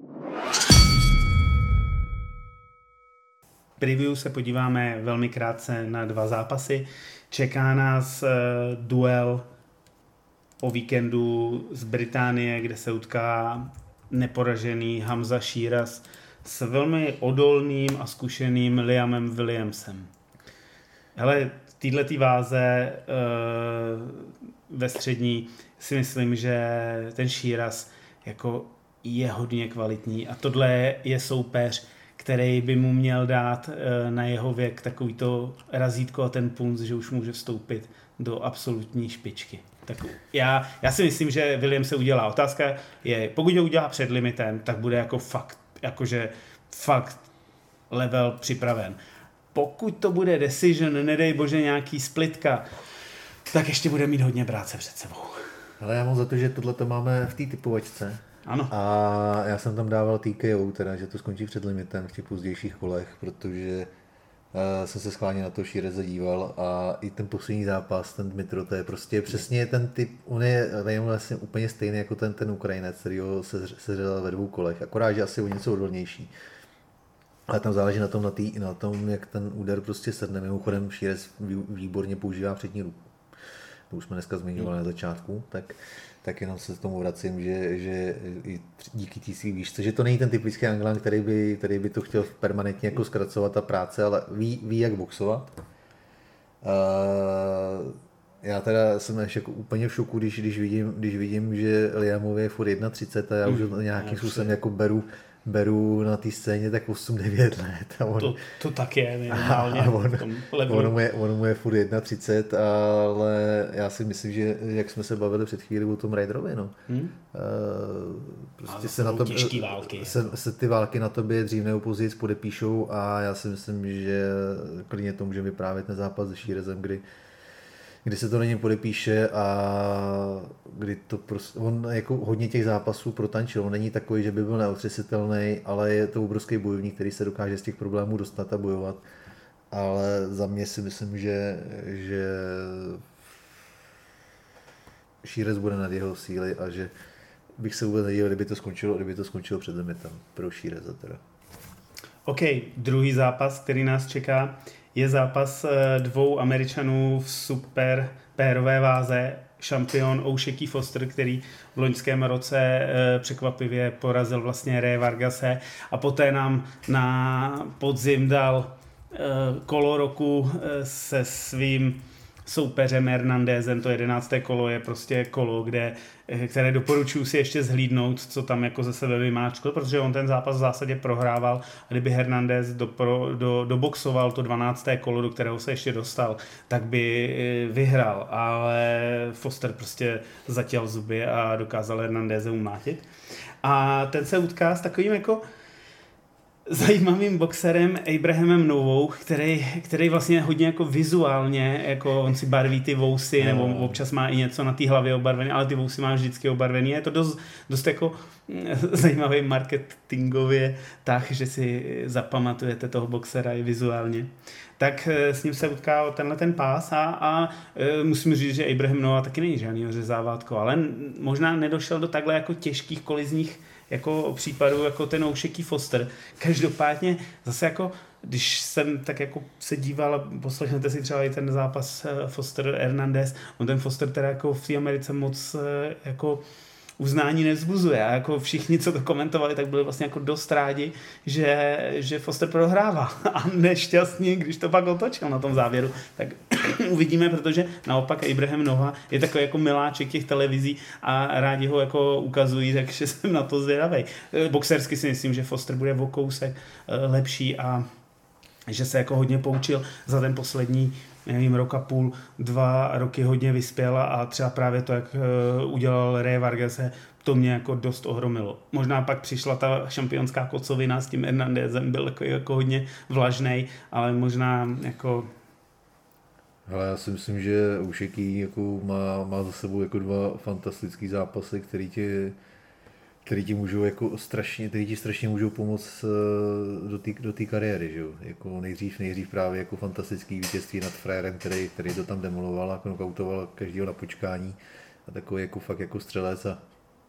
Preview se podíváme velmi krátce na 2 zápasy. Čeká nás duel o víkendu z Británie, kde se utká neporažený Hamza Sheeraz s velmi odolným a zkušeným Liamem Williamsem. Hele, v této váze ve střední si myslím, že ten Sheeraz jako je hodně kvalitní a tohle je soupeř, který by mu měl dát na jeho věk takovýto razítko a ten punc, že už může vstoupit do absolutní špičky. Tak já si myslím, že William se udělá. Otázka je, pokud ho udělá před limitem, tak bude jako fakt level připraven. Pokud to bude decision, nedej bože nějaký splitka, tak ještě bude mít hodně práce před sebou. Ale já mám za to, že tohleto máme v té typovačce. Ano. A já jsem tam dával TKO, teda, že to skončí před limitem v těch pozdějších kolech, protože jsem se schválně na to Šíreze díval a i ten poslední zápas, ten Dmitro, to je prostě přesně ten typ, on je vlastně úplně stejný jako ten Ukrajinec, který ho seřadil ve 2 kolech, akorát, že asi o něco odolnější. Ale tam záleží na tom, jak ten úder prostě sedne. Mimochodem Šírez výborně používá přední ruku. To už jsme dneska zmiňovali na začátku, tak jenom se k tomu vracím, že i díky té svý výšce, že to není ten typický Anglan, který by to chtěl permanentně jako zkracovat ta práce, ale ví jak boxovat. Já teda jsem jako úplně v šoku, když vidím, že Liamovi je furt 1,30 a já už nějakým způsobem jako beru na té scéně tak 8-9 let. To tak je minimálně. On mu je furt 1,30, ale já si myslím, že jak jsme se bavili před chvíli o tom Ryderovi, no. Prostě se na to války. Se ty války na tobě dřív nebo později podepíšou a já si myslím, že klidně to můžeme vyprávět na zápas se Šírezem, kdy se to na něm podepíše a kdy to prostě, on jako hodně těch zápasů protančil, on není takový, že by byl neotřesitelný, ale je to obrovský bojovník, který se dokáže z těch problémů dostat a bojovat, ale za mě si myslím, že Šírez bude nad jeho síly a že bych se vůbec nedíval, kdyby to skončilo před limitem pro Šíreze teda. OK, druhý zápas, který nás čeká, je zápas 2 Američanů v super pérové váze. Šampion O'Shaquie Foster, který v loňském roce překvapivě porazil vlastně Ray Vargase a poté nám na podzim dal kolo roku se svým soupeřem Hernandezem. To 11. kolo je prostě kolo, které doporučuji si ještě zhlídnout, co tam jako ze sebe vymáčkl, protože on ten zápas v zásadě prohrával a kdyby Hernandez doboxoval to 12. kolo, do kterého se ještě dostal, tak by vyhrál, ale Foster prostě zatěl zuby a dokázal Hernandeze umlátit. A ten se utká s takovým jako zajímavým boxerem Abrahamem Novou, který vlastně hodně jako vizuálně, jako on si barví ty vousy, nebo občas má i něco na té hlavě obarvené, ale ty vousy má vždycky obarvený. Je to dost jako zajímavý marketingově tak, že si zapamatujete toho boxera i vizuálně. Tak s ním se utká o tenhle ten pás a musím říct, že Abraham Nova taky není žádný ořezávátko, ale možná nedošel do takhle jako těžkých kolizních jako případů jako ten O'Shaquie Foster. Každopádně zase jako, když jsem tak jako se díval a poslechnete si třeba i ten zápas Foster Hernandez, on ten Foster teda jako v té Americe moc jako uznání nevzbuzuje a jako všichni, co to komentovali, tak byli vlastně jako dost rádi, že Foster prohrává a nešťastný, když to pak otočil na tom závěru, tak uvidíme, protože naopak Abraham Nova je takový jako miláček těch televizí a rádi ho jako ukazují, takže jsem na to zvědavej. Boxersky si myslím, že Foster bude o kousek lepší a že se jako hodně poučil za ten poslední, nevím, rok a půl, 2 roky hodně vyspěl a třeba právě to, jak udělal Ray Vargase, to mě jako dost ohromilo. Možná pak přišla ta šampionská kocovina s tím Hernandezem, byl jako hodně vlažnej, ale možná jako... Ale já si myslím, že O'Shaquie jako má za sebou jako 2 fantastický zápasy, který ti můžou jako strašně můžou pomoct do té kariéry, že jo? Jako nejdřív právě jako fantastický vítězství nad frérem, který to tam demoloval a knockoutoval každýho na počkání a takový jako fakt jako střelec a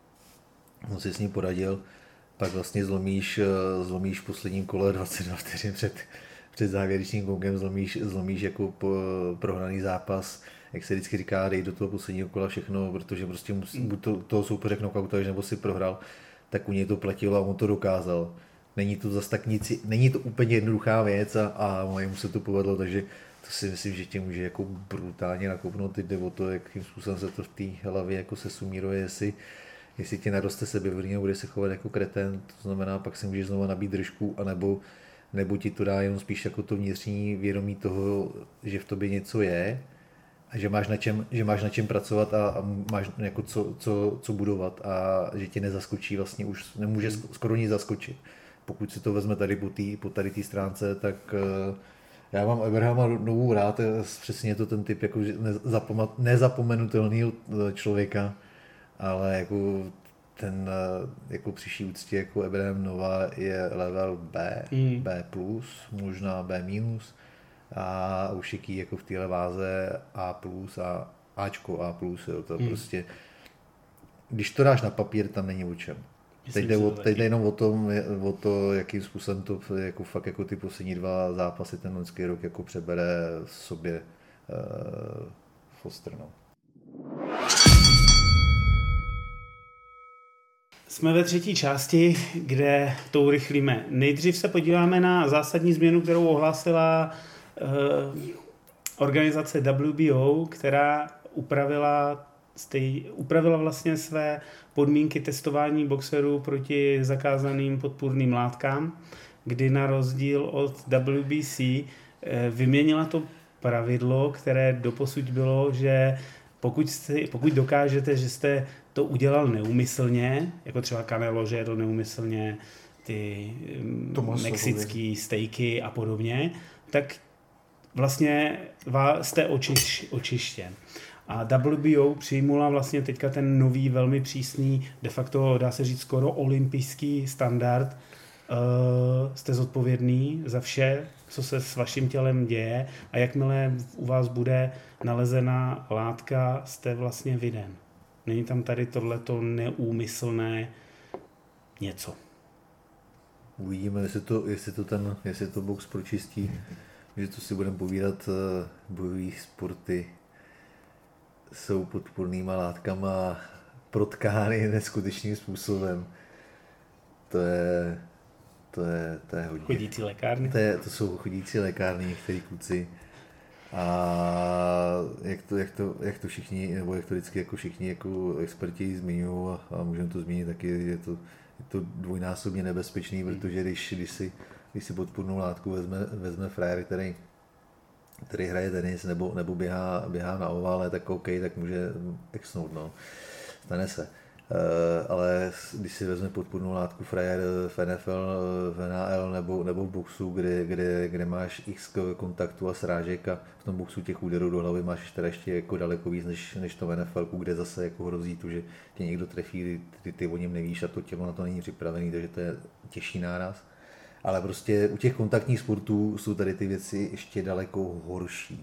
on si s ním poradil, pak vlastně zlomíš v posledním kole 22 vteřin před závěrečným gongem, zlomíš jako prohraný zápas, jak se vždycky říká, dej do toho posledního kola všechno, protože prostě buď toho soupeře knockoutuješ, nebo si prohrál, tak u něj to platilo a on to dokázal. Není to zas tak nic, není to úplně jednoduchá věc a mu se to povedlo, takže to si myslím, že tě může jako brutálně nakopnout, jde o to, jakým způsobem se to v té hlavě jako se sumíruje, jestli ti naroste sebevědomí a bude se chovat jako kreten, to znamená, pak si můžeš znovu nabít držku, nebo ti to dá jenom spíš jako to vnitřní vědomí toho, že v tobě něco je a že máš na čem pracovat a máš jako co budovat a že tě nezaskočí, vlastně už nemůže skoro nic zaskočit. Pokud si to vezme tady po tady té stránce, tak já mám Abrahama Novu rád, přesně je to ten typ jako nezapomenutelného člověka, ale jako ten jako přiší úctě jako Abraham Nova je level B, B+, možná B-, a Ušiký jako v téhle váze A+, a Ačko A+, jo, to prostě, když to dáš na papír, tam není o čem. Teď jde jenom o to, jakým způsobem to jako fakt jako ty poslední 2 zápasy ten loňský rok jako přebere sobě Foster. No. Jsme ve třetí části, kde to urychlíme. Nejdřív se podíváme na zásadní změnu, kterou ohlásila organizace WBO, která upravila vlastně své podmínky testování boxerů proti zakázaným podpůrným látkám, kdy na rozdíl od WBC vyměnila to pravidlo, které doposud bylo, že pokud dokážete, že jste to udělal neúmyslně, jako třeba Canelo, že je to neúmyslně, ty mexický stejky a podobně, tak vlastně jste očištěn. A WBO přijmula vlastně teďka ten nový, velmi přísný, de facto dá se říct skoro olympijský standard. Jste zodpovědný za vše, co se s vaším tělem děje a jakmile u vás bude nalezena látka, jste vlastně vinen. Není tam tady tohleto neúmyslné něco. Uvidíme, jestli to box pročistí, že to si budeme povídat, bojové sporty jsou podpůrnýma látkama protkány neskutečným způsobem. To je hodně. Chodící lékárny? To jsou chodící lékárny, některý kluci. A jak to všichni, nebo jak to vždycky jako všichni jako experti zmiňují a můžeme to zmínit taky, je to dvojnásobně nebezpečný, protože když si podpůrnou látku vezme frajer, který hraje tenis nebo běhá na ovále, tak OK, tak může exnout, no. Stane se. Ale když si vezme podpůrnou látku frajer v NFL, v NHL nebo v boxu, kde máš x kontaktů a srážek a v tom boxu těch úderů do hlavy máš teda ještě jako daleko víc než to v NFL, kde zase jako hrozí to, že tě někdo trefí, ty o něm nevíš a to tělo na to není připravený, takže to je těžší náraz. Ale prostě u těch kontaktních sportů jsou tady ty věci ještě daleko horší.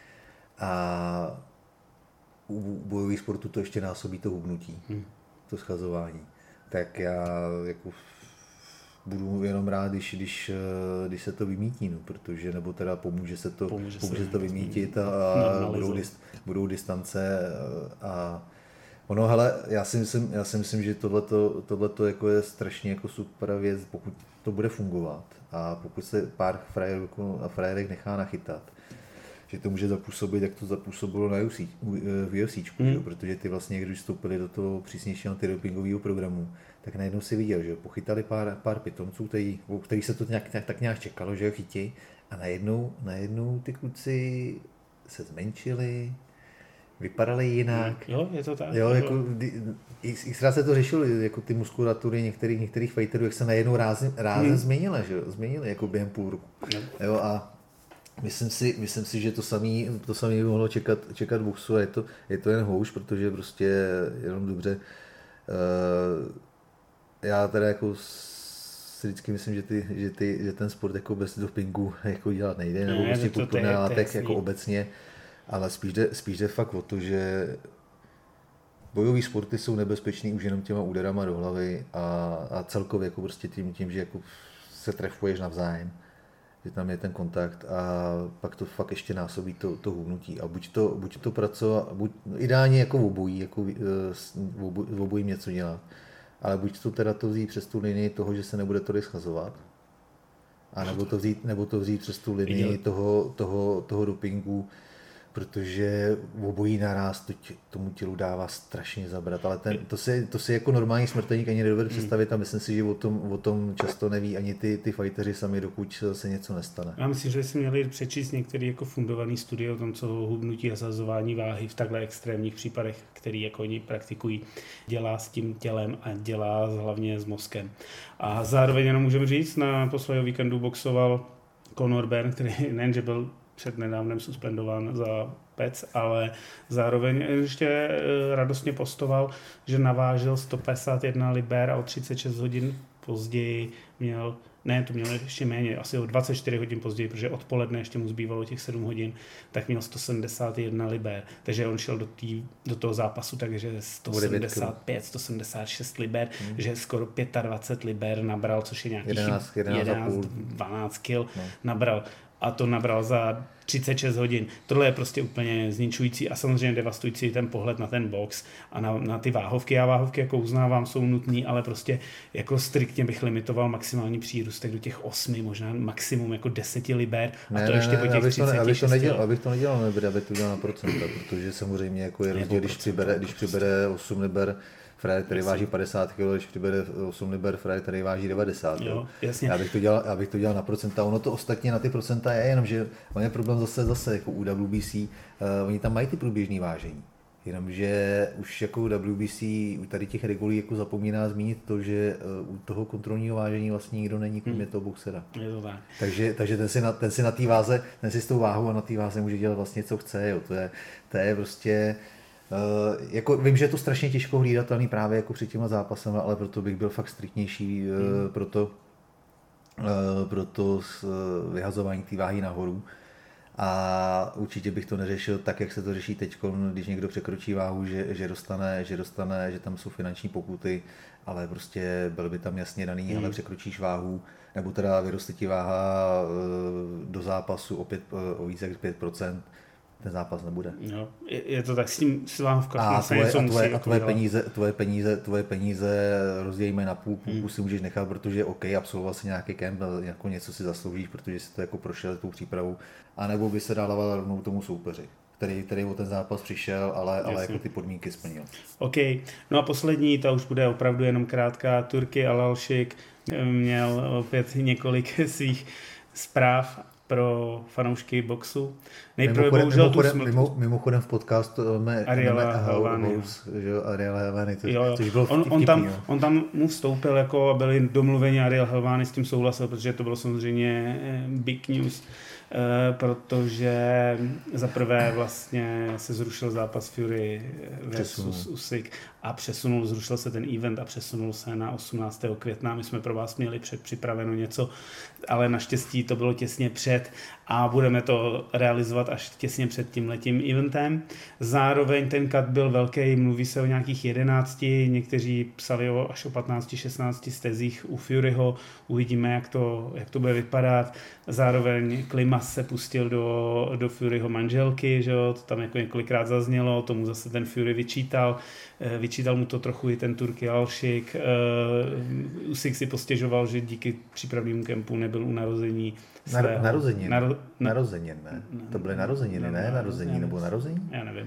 A u bojových sportů to ještě násobí to hubnutí, to schazování. Tak já jako budu jenom rád, když se to vymítí, no, protože nebo teda pomůže se to vymítit a budou distance a ono, hele, já si myslím, že tohleto jako je strašně jako super věc, pokud to bude fungovat a pokud se pár frajerek nechá nachytat, že to může zapůsobit, jak to zapůsobilo v UFCčku, protože ty vlastně, když vstoupili do toho přísnějšího antidopingového programu, tak najednou si viděl, že pochytali pár pitomců, který se to tak nějak čekalo, že ho chytí a najednou ty kluci se zmenšili, vypadaly jinak. Jo, je to tak. Jo, jako xkrát se to řešilo, jako ty muskulatury některých fighterů, jak se najednou rázem změnily jako během půl roku. Jo, a myslím si, že to samé by mohlo čekat boxu a je to jen houš, protože prostě jenom dobře. Já teda jako si vždycky myslím, že ten sport jako bez dopingu jako dělat nejde, nebo prostě podporné látek jako obecně. Ale spíš jde fakt o to, že bojové sporty jsou nebezpečný už jenom těma úderama do hlavy a celkově jako prostě tím, že jako se trefuješ navzájem, že tam je ten kontakt a pak to fakt ještě násobí to hubnutí a buď to pracovat, ideálně jako v obojím něco dělat, ale buď to teda to vzít přes tu linii toho, že se nebude tolik schazovat, a nebo to vzít přes tu linii toho dopingu, protože obojí naraz tomu tělu dává strašně zabrat, ale to si jako normální smrtelník ani nedovede představit a myslím si, že o tom často neví ani ty fighteři sami, dokud se něco nestane. Já myslím, že si měli přečíst některé jako fundované studie o tom, co hubnutí a sazování váhy v takhle extrémních případech, který jako oni praktikují, dělá s tím tělem a dělá hlavně s mozkem. A zároveň jenom můžeme říct, na posledního víkendu boxoval Conor Benn, který nejenže byl před nedávnem suspendován za pec, ale zároveň ještě radostně postoval, že navážil 151 liber a o 36 hodin později měl, ne, to měl ještě méně, asi o 24 hodin později, protože odpoledne ještě mu zbývalo těch 7 hodin, tak měl 171 liber. Takže on šel do toho zápasu, takže 175, 176 liber, že skoro 25 liber nabral, což je nějakých 12 kil nabral. A to nabral za 36 hodin. Tohle je prostě úplně zničující a samozřejmě devastující ten pohled na ten box a na ty váhovky. Já váhovky jako uznávám, jsou nutný, ale prostě jako striktně bych limitoval maximální přírůstek do těch 8, možná maximum jako 10 liber a to ještě po těch 36. Abych to nedělal liber, abych to dělal na procenta, protože samozřejmě jako je rozdíl, když přibere 8 liber frajer, který váží 50 kg, když přibere 8 liber frajer, který váží 90 kg. Jo, jasně. Já bych to dělal na procenta. Ono to ostatně na ty procenta je, jenomže on je problém zase jako u WBC, oni tam mají ty průběžný vážení. Jenomže už jako WBC u tady těch regulí jako zapomíná zmínit to, že u toho kontrolního vážení vlastně nikdo není, kromě toho boxera. Je to tak. Takže ten si na té váze, ten si s tou váhou a na té váze může dělat vlastně co chce. Jo. To je prostě jako vím, že je to strašně těžko hlídatelný právě jako před těma zápasem, ale proto bych byl fakt striktnější proto vyhazování té váhy nahoru. A určitě bych to neřešil tak, jak se to řeší teď, když někdo překročí váhu, že dostane, že tam jsou finanční pokuty, ale prostě byl by tam jasně daný, ale překročíš váhu, nebo teda vyroste ti váha do zápasu o více jak 5%, ten zápas nebude. Jo, je to tak s tím váhovkách. Tvoje peníze rozdělíme na půl si můžeš nechat, protože OK, absolvoval si nějaký kemp, jako něco si zasloužíš, protože si to jako prošel tou přípravou, anebo by se dával rovnou tomu soupeři, který o ten zápas přišel, ale jako ty podmínky splnil. OK, no a poslední, ta už bude opravdu jenom krátká. Turki Al-Alšik měl opět několik svých zpráv pro fanoušky boxu. Nejprve bohužel mimochodem v podcastu Ariela Helvany, což bylo on tam mu vstoupil jako a byli domluveni, Ariel Helvany s tím souhlasil, protože to bylo samozřejmě big news, protože za prvé vlastně se zrušil zápas Fury versus Usyk a zrušil se ten event a přesunul se na 18. května. My jsme pro vás měli připraveno něco, ale naštěstí to bylo těsně před a budeme to realizovat až těsně před tímhletím eventem. Zároveň ten cut byl velký, mluví se o nějakých 11, někteří psali až o 15-16 stezích u Furyho, uvidíme, jak to bude vypadat. Zároveň Klimas se pustil do Furyho manželky, že jo? To tam jako několikrát zaznělo, tomu zase ten Fury vyčítal mu to trochu i ten Turki Alšik. Usyk si postěžoval, že díky přípravnému kempu nebyl u narození svého. Narozenin, ne? To byly narozeniny, ne? Narození nebo narození? Já nevím.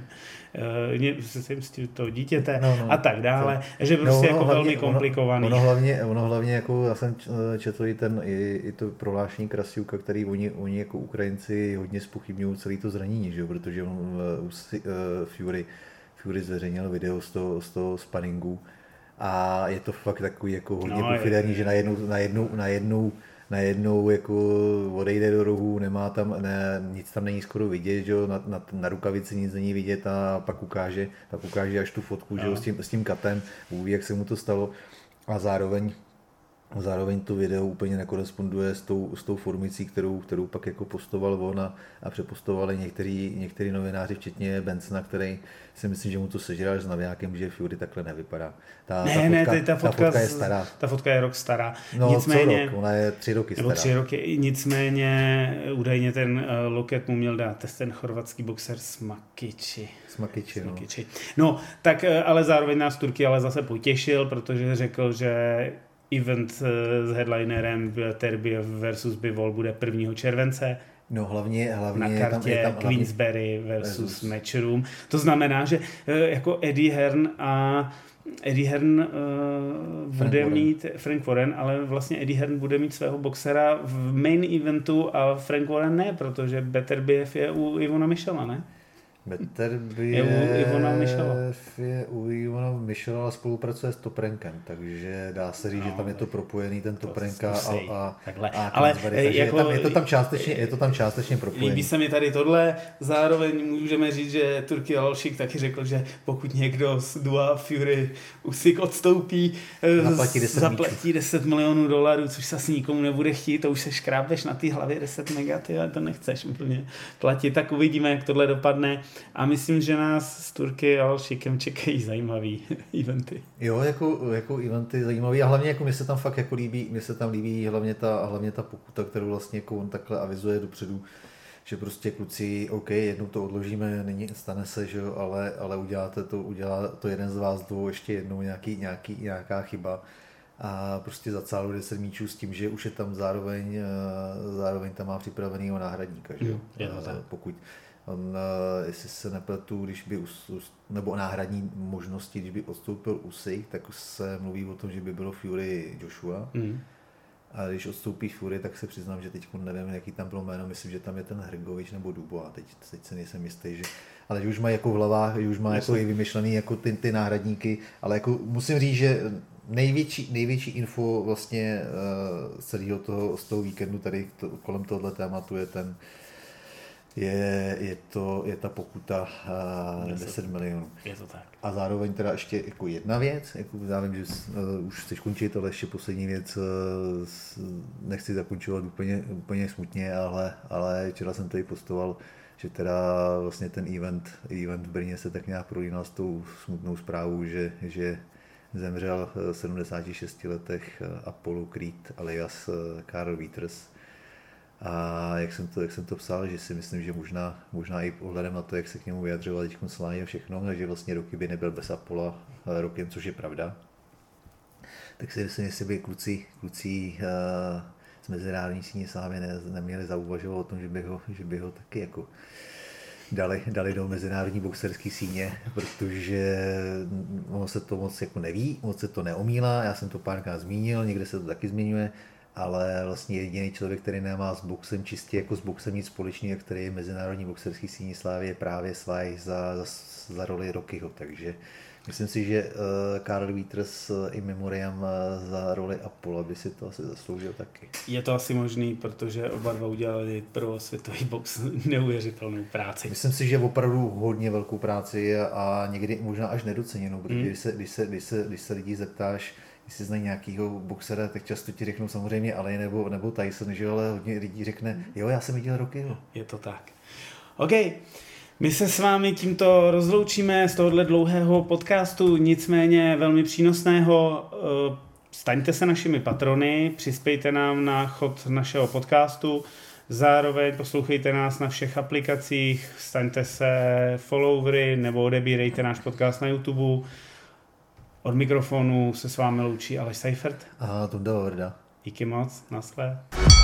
To dítěte a tak dále. Že prostě jako velmi komplikovaný. Ono hlavně jako já jsem četl i to prohlášení Krasiuka, který oni jako Ukrajinci hodně zpochybňují celý to zranění, že jo? Protože Fury zveřejnil video z toho sparringu a je to fakt takový jako hodně pofidérní, že najednou jako odejde do rohu, nic tam není skoro vidět, že jo, na rukavici nic není vidět a pak ukáže až tu fotku, že jo, s tím katem, uví, jak se mu to stalo a zároveň to video úplně nekoresponduje s tou formicí, kterou pak jako postoval on a přepostovali některý novináři, včetně Bensona, který si myslím, že mu to sežral s navijákem, že Fury takhle nevypadá. Ta fotka je stará. Ta fotka je rok stará. No, nicméně, ona je 3 roky stará. 3 roky, nicméně údajně ten loket mu měl dát ten chorvatský boxer Smakiči. No, tak ale zároveň nás Turky ale zase potěšil, protože řekl, že event s headlinerem Beterbiev versus Bivol bude 1. července. No hlavně na kartě tam Queensberry versus Matchroom. To znamená, že jako Eddie Hearn bude mít Frank Warren, ale vlastně Eddie Hearn bude mít svého boxera v main eventu a Frank Warren ne, protože Beterbiev je u Ivona Michela, ne? Beterbiev je u Ivana Michela, spolupracuje s Toprenkem, takže dá se říct, že tam je to propojený, ten Toprenka a ale jako, je to tam částečně propojený. Líbí se mi tady tohle, zároveň můžeme říct, že Turki Alšík taky řekl, že pokud někdo z Dua Fury Usyk odstoupí, zaplatí $10 milionů, což se asi nikomu nebude chtít, to už se škrábeš na té hlavě 10 mega, a to nechceš úplně platit, tak uvidíme, jak tohle dopadne. A myslím, že nás s Turky a Alšíkem čekají zajímavý eventy. Jo, jako eventy zajímavý a hlavně jako mi se tam fakt jako líbí hlavně ta pokuta, kterou vlastně jako on takhle avizuje dopředu, že prostě kluci, OK, jednou to odložíme, stane se, že jo, ale udělá to jeden z vás dvou ještě jednou nějaká chyba a prostě zacálou 10 míčů s tím, že už je tam zároveň tam má připravenýho náhradníka, že jo. Pokud on, jestli se nepletu, když by nebo náhradní možnosti, když by odstoupil Usyk, tak se mluví o tom, že by bylo Fury Joshua. A když odstoupí Fury, tak se přiznám, že teď nevím, jaký tam bylo jméno, myslím, že tam je ten Hrgovič nebo Dubois, teď se nejsem jistý, ale že už má jako v hlavách, už má jako i vymyšlený jako ty náhradníky, ale jako musím říct, že největší info vlastně z toho víkendu tady kolem tohoto tématu je ta pokuta 10 milionů. Je to tak. A zároveň teda ještě jako jedna věc, jako já vím, že už chceš končit, ale ještě poslední věc, nechci zakončovat úplně smutně, ale včera jsem tady postoval, že teda vlastně ten event v Brně se tak nějak prolínal s tou smutnou zprávou, že zemřel v 76 letech Apollo Creed alias Carl Weathers. A jak jsem to psal, že si myslím, že možná i ohledem na to, jak se k němu vyjadřoval teď Slány a všechno, že vlastně roky by nebyl bez Apolla rokem, což je pravda. Tak si myslím, jestli by kluci z mezinárodní síně Slávy neměli zauvažovat o tom, že by ho taky jako dali do mezinárodní boxerské síně, protože ono se to moc jako neví, moc se to neomílá, já jsem to párkrát zmínil, někde se to taky zmiňuje, ale vlastně jediný člověk, který nemá s boxem čistě jako s boxem nic společného, který je mezinárodní boxerský síní Slávy, je právě Svaj za roli Rockyho, takže myslím si, že Carl Weathers in memoriam za roli Apollo by si to asi zasloužil taky. Je to asi možný, protože oba dva udělali pro světový box neuvěřitelnou práci. Myslím si, že opravdu hodně velkou práci a někdy možná až nedoceněnou, protože když se lidí zeptáš, jestli znají nějakýho boxera, tak často ti řeknou samozřejmě Ali nebo Tyson, že, ale hodně lidí řekne, jo, já jsem viděl Rockyho. Je to tak. OK, my se s vámi tímto rozloučíme z tohohle dlouhého podcastu, nicméně velmi přínosného. Staňte se našimi patrony, přispějte nám na chod našeho podcastu, zároveň poslouchejte nás na všech aplikacích, staňte se followery nebo odebírejte náš podcast na YouTube. Od mikrofonu se s vámi loučí Aleš Seifert. A Tunda Vavrda. Díky moc, naschle.